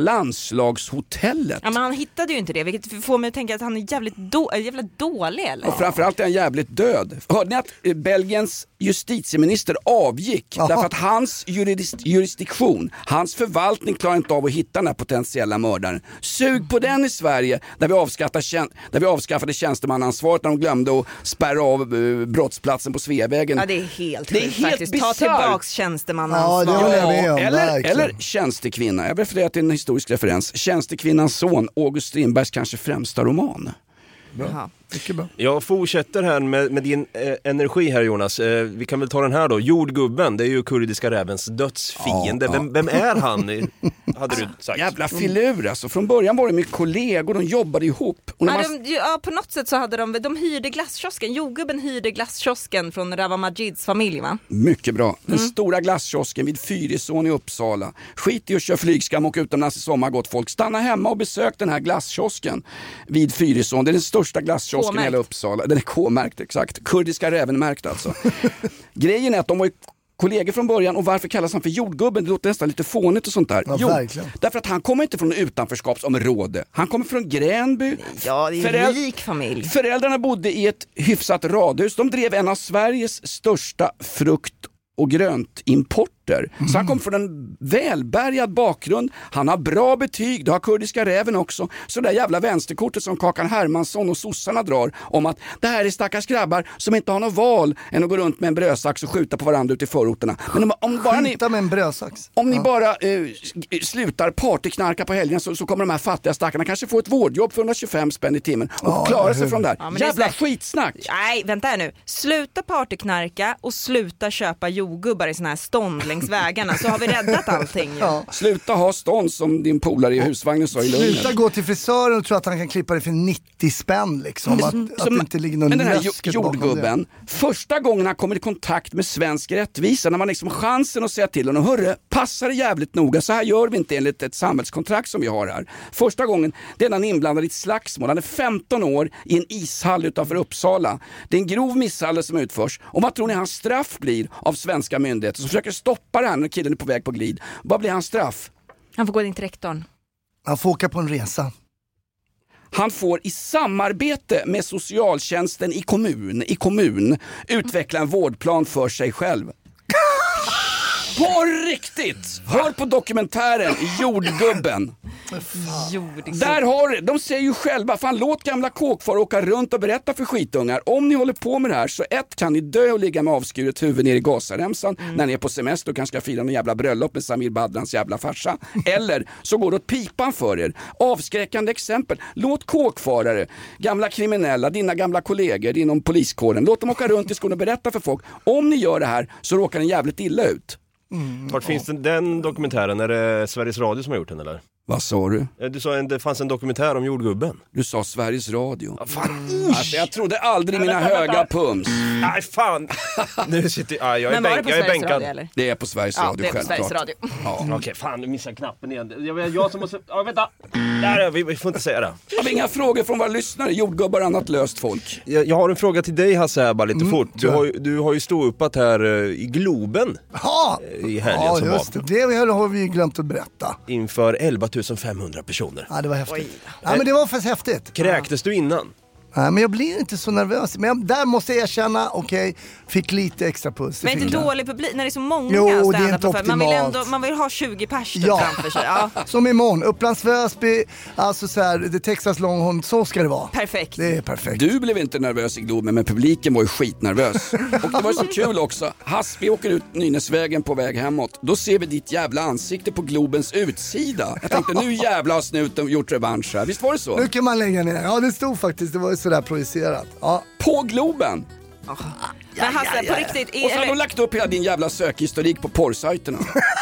Roslagshotellet. Ja, men han hittade ju inte det, vilket får mig att tänka att han är jävligt, då, jävligt dålig. Eller? Och framförallt är han jävligt död. Hörde ni att eh, Belgiens justitieminister avgick Aha. därför att hans juridis- jurisdiktion, hans förvaltning klarar inte av att hitta den här potentiella mördaren. Sug på den i Sverige där vi, tjän- där vi avskaffade tjänstemannaansvaret när de glömde att spärra av uh, brottsplatsen på Sveavägen. Ja, det är helt det är sjukt helt faktiskt. bizarr. Ta tillbaks tjänstemannaansvaret. Ja, det håller jag med om, eller, eller tjänstekvinna. Jag refererar till en historisk referens. Tjänstekvinnans son, August Strindbergs kanske främsta roman. Bra. Mycket bra. Jag fortsätter här med, med din eh, energi här, Jonas. Eh, vi kan väl ta den här då. Jordgubben, det är ju kurdiska rävens dödsfiende. Ja, vem, vem är han? Hade du sagt. Jävla filur alltså. Från början var det med kollegor, de jobbade ihop. Och Ja, man... de, ja, på något sätt så hade de, de hyrde glasskiosken. Jordgubben hyrde glasskiosken från Rawa Majids familj, va? Mycket bra. Den Mm. stora glasskiosken vid Fyrisån i Uppsala. Skit i att köra flygskam och utomlands i sommar, gott folk. Stanna hemma och besök den här glasskiosken vid Fyrisån. Det är den största glasskiosken i hela Uppsala. Den är K-märkt, exakt. Kurdiska räven-märkt alltså. Grejen är att de var ju kollegor från början, och varför kallas han för jordgubben? Det låter nästan lite fånigt och sånt där. Ja, jo, verkligen. därför att han kommer inte från utanförskapsområde. Han kommer från Gränby. Ja, det är en Föräld- rik familj. Föräldrarna bodde i ett hyfsat radhus. De drev en av Sveriges största frukt- och gröntimporter. Mm. Så han kom från en välbärgad bakgrund. Han har bra betyg, det har kurdiska räven också. Så det där jävla vänsterkortet som Kakan Hermansson och sossarna drar om att det här är stackars grabbar som inte har något val än att gå runt med en brödsax och skjuta på varandra ute i förorterna. Men om, om bara ni, Skjuta med en brödsax. om ni Ja. bara eh, slutar partyknarka på helgen så, så kommer de här fattiga stackarna kanske få ett vårdjobb för hundratjugofem spänn i timmen och Ja, klara eller sig hur? från det här. Ja, men det är Jävla säkert- skitsnack! Nej, vänta här nu. Sluta partyknarka och sluta köpa jordgubbar i såna här stånd längs vägarna, så har vi räddat allting ju. Ja. Sluta ha stånd som din polare i husvagnen sa i Sluta Lugnet. gå till frisören och tro att han kan klippa dig för nittio spänn liksom. Att, att det inte ligger någon Men den här läsk jo- bakom det. jordgubben, första gången han kommer i kontakt med svensk rättvisa, när man liksom har chansen att säga till honom, hörre, passa det jävligt noga, så här gör vi inte enligt ett samhällskontrakt som vi har här. Första gången, det är han inblandad i ett slagsmål. Han är femton år i en ishall utanför Uppsala. Det är en grov misshandel som utförs. Och vad tror ni hans straff blir av svenska myndigheter som försöker stoppa det här när killen är på väg på glid? Vad blir hans straff? Han får gå in till rektorn. Han får åka på en resa. Han får i samarbete med socialtjänsten i kommun, i kommun utveckla en vårdplan för sig själv. På riktigt! Hör på dokumentären Jordgubben. Där har de säger ju själva, fan låt gamla kåkfar åka runt och berätta för skitungar. Om ni håller på med det här så ett kan ni dö och ligga med avskuret huvud ner i Gazaremsan mm. när ni är på semester och kanske ska fira någon jävla bröllop med Samir Badrans jävla farsa. Eller så går det åt pipan för er. Avskräckande exempel. Låt kåkfarare, gamla kriminella, dina gamla kollegor inom poliskåren, låt dem åka runt i skolan och berätta för folk. Om ni gör det här så råkar ni jävligt illa ut. Mm. Vart finns den, den dokumentären? Är det Sveriges Radio som har gjort den eller? Vad sa du? Du sa att det fanns en dokumentär om jordgubben. Du sa Sveriges Radio. Ja, fan. Alltså, jag trodde aldrig mina höga pums. Nej fan. Nu sitter ah, jag är, Men var det bänk, på jag är Sveriges bänkad. Radio, eller? Det är på Sveriges Ja, Radio, det är på självklart. Sveriges Radio. Ja. Okej, okay, fan nu missar jag knappen igen. Jag, jag som måste... Ja, vänta. Där är vi, vi får inte säga det. Har vi inga frågor från våra lyssnare? Jordgubbar och annat löst folk. Jag, jag har en fråga till dig Hasse här bara lite Mm, fort. Du har, ju- du har ju ståuppat här uh, i Globen Ja, i helgen ja som just var. det. Det har vi ju glömt att berätta. Inför elva tusen femhundra personer. Ja, det var häftigt. Ja, men det var faktiskt häftigt. Kräktes du innan? Nej, men jag blir inte så nervös. Men jag, där måste jag erkänna, okej, okay, fick lite extra puls. det Men inte fick jag. dålig publik, när det är så många Jo, det är stand-up inte för- man vill optimalt. ändå, man vill ha tjugo pers typ Ja, framför sig. Ja. som imorgon. Upplands Väsby, alltså så här, det Texas Longhorn, så ska det vara. Perfekt. Det är perfekt. Du blev inte nervös i Globen, men publiken var ju skitnervös. Och det var så kul också. Hass, vi åker ut Nynäsvägen på väg hemåt. Då ser vi ditt jävla ansikte på Globens utsida. Jag tänkte, nu jävla har snuten gjort revansch här. Visst var det så? Nu kan man lägga ner. Ja, det stod faktiskt, det var ju sådär projicerat. Ja. På Globen! Men Hasse, på riktigt, i, Och så har eller, du lagt upp hela din jävla sökhistorik på porrsajterna.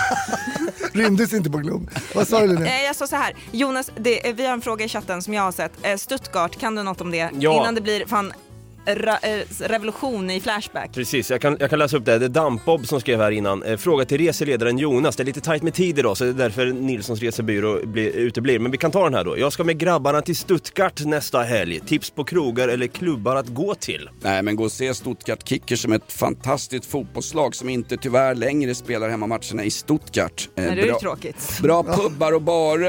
Rymdes inte på Globen. Vad sa du nu? eh, jag sa så här, Jonas, det, eh, vi har en fråga i chatten som jag har sett. Eh, Stuttgart, kan du något om det? Ja. Innan det blir fan ra, eh, revolution i Flashback. Precis, jag kan, jag kan läsa upp det. Det är Dampbob som skrev här innan. Eh, fråga till reseledaren Jonas. Det är lite tajt med tid idag så det är därför Nilssons resebyrå blir, uteblir. Men vi kan ta den här då. Jag ska med grabbarna till Stuttgart nästa helg. Tips på krogar eller klubbar att gå till? Nej, men gå och se Stuttgart Kickers som ett fantastiskt fotbollslag som inte tyvärr längre spelar hemmamatcherna i Stuttgart. Eh, Nej, det är ju bra, tråkigt. bra pubbar och barer.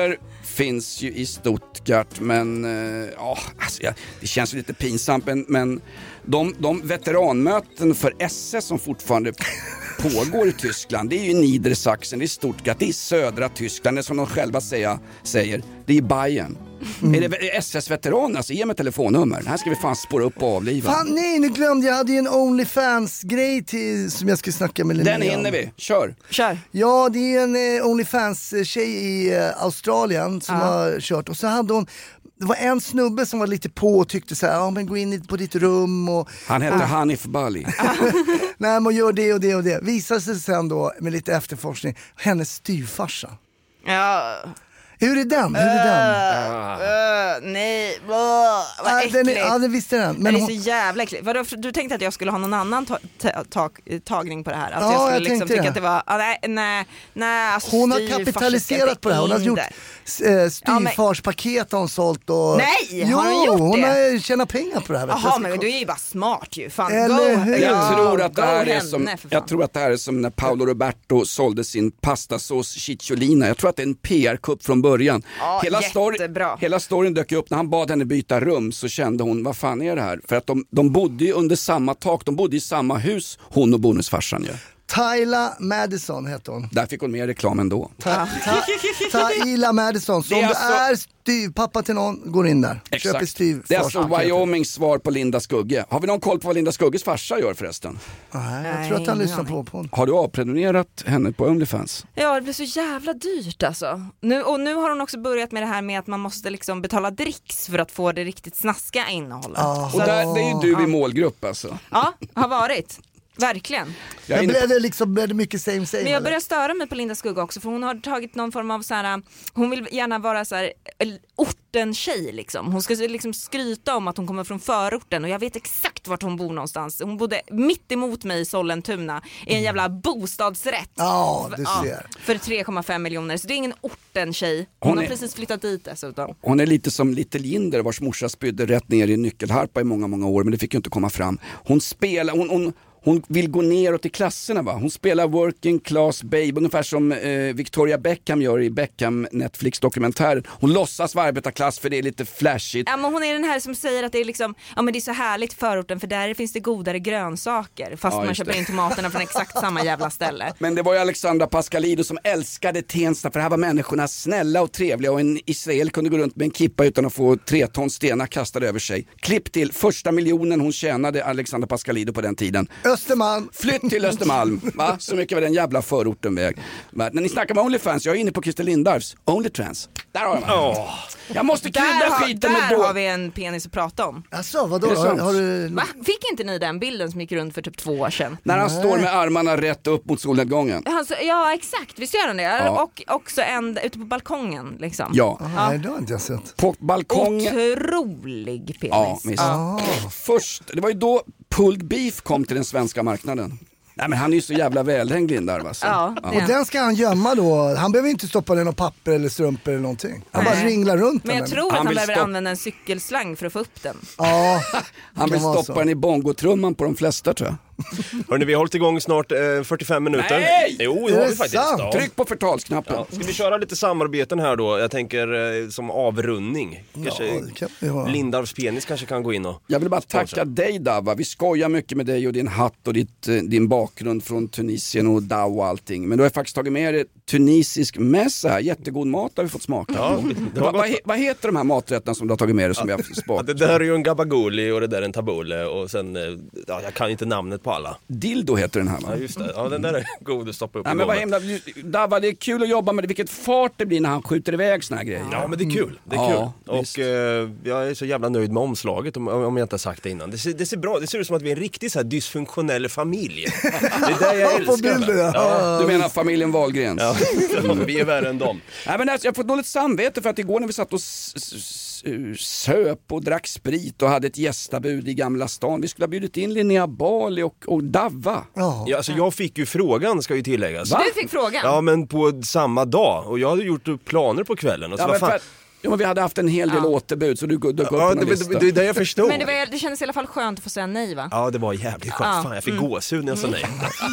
finns ju i Stuttgart, men uh, ja, alltså, ja, det känns ju lite pinsamt, men, men de, de veteranmöten för S S som fortfarande pågår i Tyskland, det är ju Niedersachsen, det är Stuttgart, det är södra Tyskland, det som de själva säger, säger det är Bayern. Mm. Är det S S-veteraner? Alltså ge mig telefonnummer. Den här ska vi fan spåra upp och avliva. Fan nej, nu glömde jag. Jag hade ju en OnlyFans-grej till, som jag skulle snacka med Linnea. Den hinner vi. Kör. Kör. Ja, det är en eh, OnlyFans-tjej i eh, Australien som ja. har kört. Och så hade hon... Det var en snubbe som var lite på och tyckte så här, ja men gå in på ditt rum och... Han heter ja. Hanif Bali. Nej, man gör det och det och det. Visade sig sen då med lite efterforskning, hennes styvfarsa. Ja... Hur är den? Hur är den? Uh, uh, nej, uh, vad äckligt. Den är, ja, det visste den. Men det är hon... så jävla äckligt. Vadå, du tänkte att jag skulle ha någon annan ta- ta- ta- tagning på det här? Att ja, jag skulle jag liksom tycka det. att det var... Ah, nej, nej, nej, alltså hon har kapitaliserat på det här. Hon har gjort äh, styvfarspaket har hon sålt. Och... Nej, jo, har hon gjort hon det? Hon har tjänat pengar på det här. Jaha, men du är ju bara smart ju. Fan, Eller go, hur? Jag tror att det här är henne, som jag tror att det här är som när Paolo Roberto sålde sin pastasås Cicciolina. Jag tror att det är en P R-kupp från början. Ja, hela, story, hela storyn dök upp när han bad henne byta rum, så kände hon, vad fan är det här? För att de, de bodde ju under samma tak, de bodde i samma hus, hon och bonusfarsan ju. Ja. Tyla Madison heter hon. Där fick hon mer reklam ändå. Ta, ta, Tyla Madison. Så om alltså... du är styvpappa till någon, går in där. Exakt. Styv, det är alltså Wyomings svar på Linda Skugge. Har vi någon koll på vad Linda Skugges farsa gör förresten? Nej, jag tror att han lyssnar på på. Har du avprenumererat henne på OnlyFans? Ja, det blir så jävla dyrt alltså. Nu, och nu har hon också börjat med det här med att man måste liksom betala dricks för att få det riktigt snaskiga innehållet. Ah. Och där, det är ju du ja. i målgrupp alltså. Ja, har varit. Verkligen. Jag blev det liksom blev det mycket same same. Men jag börjar störa mig på Linda Skugga också, för hon har tagit någon form av så här, hon vill gärna vara så här orten tjej liksom. Hon ska liksom skryta om att hon kommer från förorten, och jag vet exakt vart hon bor någonstans. Hon bodde mitt emot mig i Sollentuna i en jävla bostadsrätt. Ja, du för, ser. Ja, för tre komma fem miljoner. Så det är ingen orten tjej. Hon, hon har är, precis flyttat dit dessutom. Hon är lite som Little Jinder, vars morsa spydde rätt ner i nyckelharpa i många många år, men det fick ju inte komma fram. Hon spelar hon, hon Hon vill gå neråt i klasserna, va? Hon spelar working class babe, ungefär som eh, Victoria Beckham gör i Beckham Netflix-dokumentären. Hon låtsas vara arbetarklass för det är lite flashigt. Ja, men hon är den här som säger att det är liksom, ja men det är så härligt förorten, för där finns det godare grönsaker, fast ja, man köper det. in tomaterna från exakt samma jävla ställe. Men det var ju Alexandra Pascalidou som älskade Tensta, för här var människorna snälla och trevliga, och en israel kunde gå runt med en kippa utan att få tre ton stenar kastade över sig. Klipp till första miljonen hon tjänade, Alexandra Pascalidou, på den tiden. Östermalm. Flytt till Östermalm, va? Så mycket var den jävla förorten väg. Va? När ni snackar med OnlyFans, jag är inne på Christer Lindarws OnlyTrans. Där har man. Oh. Jag måste krydda skiten med Där då. har vi en penis att prata om. Alltså, vadå? Har, har du... Va? Fick inte ni den bilden som gick runt för typ två år sedan? När han Nej. står med armarna rätt upp mot solnedgången. Alltså, ja, exakt. Visst gör han det? Ja. Och också en, ute på balkongen liksom. Ja. Ah, nej, det har inte jag sett. På balkongen. Otrolig penis. Ja, visst. Ah. Först, det var ju då pulled beef kom till den svenska marknaden. Nej, men han är ju så jävla välhängd, Lindar. Alltså. Ja, ja. Och den ska han gömma då. Han behöver inte stoppa den i papper eller strumpor eller någonting. Han Nej. bara ringlar runt Men jag den. tror att han, han behöver stopp... använda en cykelslang för att få upp den. Ja, han vill stoppa den i bongotrumman på de flesta, tror jag. Hörrni, vi har hållit igång snart eh, fyrtiofem minuter. Nej! Jo, det har vi faktiskt. Ja. Tryck på förtalsknappen. Ja. Ska vi köra lite samarbeten här då? Jag tänker eh, som avrundning. Kanske ja, kan vi ha. Lindarws penis kanske kan gå in och... Jag vill bara tacka dig, Dava. Vi skojar mycket med dig och din hatt och ditt, din bakgrund från Tunisien och Dao och allting. Men du har faktiskt tagit med dig tunisisk mässa. Jättegod mat har vi fått smaka. Ja, vad, vad, vad heter de här maträtterna som du har tagit med dig som ja. vi har sparat? Ja, det där är ju en gabagouli och det där är en tabule och sen, ja, jag kan inte namnet på alla. Dildo heter den här, va? Ja, just det. Ja, den där är god att stoppa upp. Ja, men vad himla, Dava, det är kul att jobba med det. Vilket fart det blir när han skjuter iväg såna här grejer. Ja, men det är kul. Det är ja, kul. Och eh, jag är så jävla nöjd med omslaget, om, om jag inte har sagt det innan. Det ser, det ser bra. Det ser ut som att vi är en riktigt så här dysfunktionell familj. Det är det jag älskar. Bilder, ja. Ja. Du menar familjen Wahlgrens? Ja, vi är värre än dem. Nej, men alltså, jag får dåligt samvete för att igår när vi satt och s- s- söp och drack sprit och hade ett gästabud i Gamla stan. Vi skulle ha bjudit in Linnea Bali och, och Dava. Ja. Ja, alltså jag fick ju frågan, ska ju tilläggas. Va? Du fick frågan? Ja, men på samma dag. Och jag hade gjort planer på kvällen. Och så ja, vad fan... för, ja, men vi hade haft en hel del ja. återbud, så du dök upp ja, på en det, lista. Det, det är det jag förstod. Men det, var, det kändes i alla fall skönt att få säga nej, va? Ja, det var jävligt skönt. Ja. Fan, jag fick mm. gåshud när jag sa nej.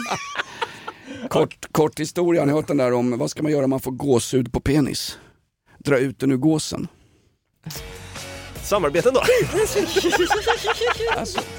Kort, kort historia, har ni hört den där om vad ska man göra om man får gåshud på penis? dra ut den ur gåsen. Samarbeten då? Alltså.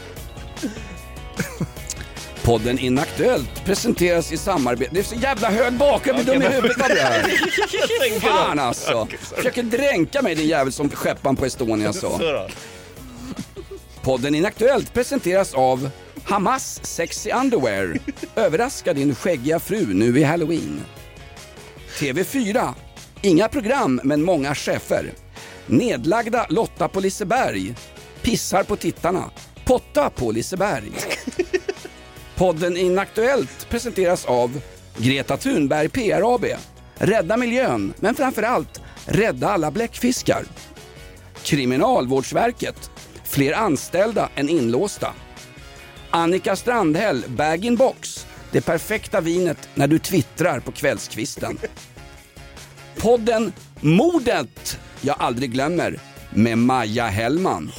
Podden Inaktuellt presenteras i samarbete. Det är så jävla hög bakgrund, jag blir dum i huvudet av det här. Fan alltså. Försöker dränka mig, din jävel som skeppan på Estonia så. Podden Inaktuellt presenteras av Hamas Sexy Underwear. Överraska din skäggiga fru nu i Halloween. T V fyra. Inga program men många chefer. Nedlagda Lotta på Liseberg. Pissar på tittarna. Potta på Liseberg. Podden Inaktuellt presenteras av Greta Thunberg P R A B. Rädda miljön, men framförallt rädda alla bläckfiskar. Kriminalvårdsverket. Fler anställda än inlåsta. Annika Strandhäll Bag in Box. Det perfekta vinet när du twittrar på kvällskvisten. Podden Mordet jag aldrig glömmer med Maja Hellman.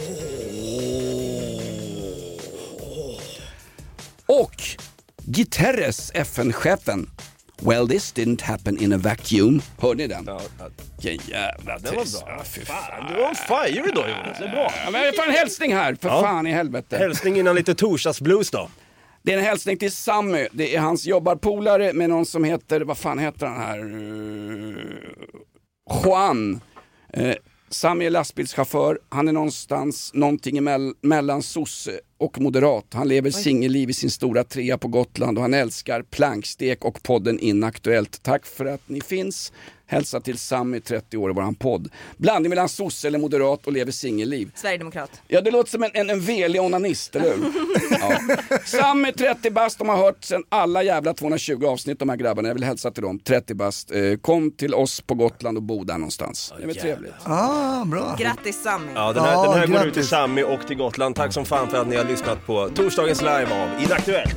Och Guterres, F N-chefen. Well, this didn't happen in a vacuum. Hör ni den? Vilken jävla det var bra. Fan, du var on fire idag, Jonas. Det är bra. Ja, men jag får en hälsning här, för ja. fan i helvete. Hälsning innan lite torsdagsblues då. Det är en hälsning till Sammy. Det är hans jobbarpolare med någon som heter, vad fan heter han här? Juan. Eh, Sammy är lastbilschaufför. Han är någonstans, någonting emell- mellan sosse och moderat. Han lever singelliv i sin stora trea på Gotland och han älskar plankstek och podden Inaktuellt. Tack för att ni finns. Hälsa till Sammy, trettio år i våran podd. Blandning mellan sosse eller moderat och lever singelliv. Sverigedemokrat. Ja, det låter som en, en, en velig onanist, eller hur? Ja. Sammy, trettio bast, de har hört sen alla jävla tvåhundratjugo avsnitt, de här grabbarna. Jag vill hälsa till dem, trettio bast. Eh, kom till oss på Gotland och bo där någonstans. Det är väl trevligt. Ah, bra. Grattis Sammy. Ja, den här, ja, den här går grattis. ut till Sammy och till Gotland. Tack som fan för att ni har lyssnat på torsdagens live av Inaktuellt.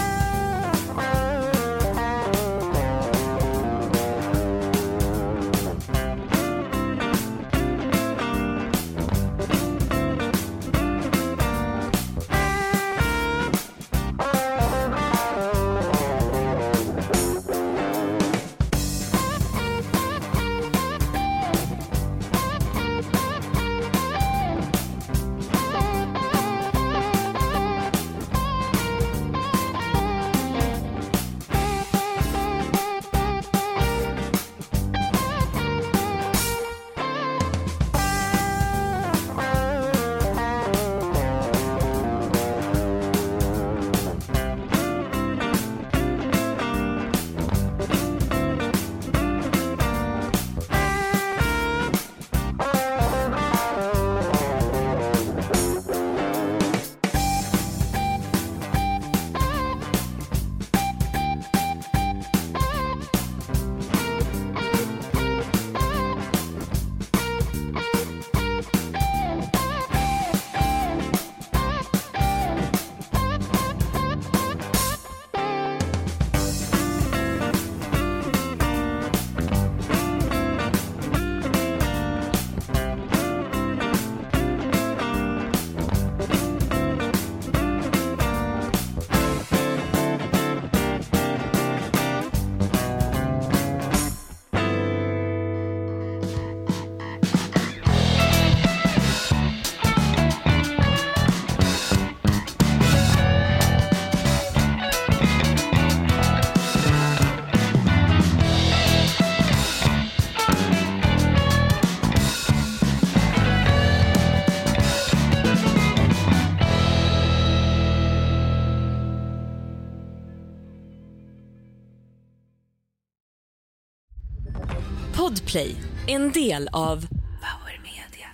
Podplay, en del av Power Media.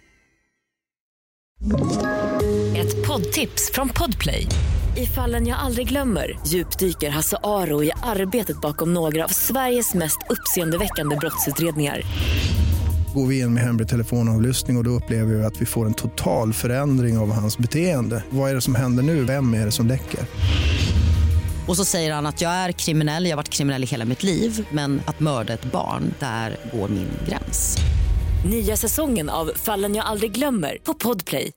Ett poddtips från Podplay. I Fallen jag aldrig glömmer djupdyker Hasse Aro i arbetet bakom några av Sveriges mest uppseendeväckande brottsutredningar. Går vi in med hemlig telefonavlyssning och, och då upplever vi att vi får en total förändring av hans beteende. Vad är det som händer nu? Vem är det som läcker? Och så säger han att jag är kriminell, jag har varit kriminell i hela mitt liv. Men att mörda ett barn, där går min gräns. Nya säsongen av Fallen jag aldrig glömmer på Podplay.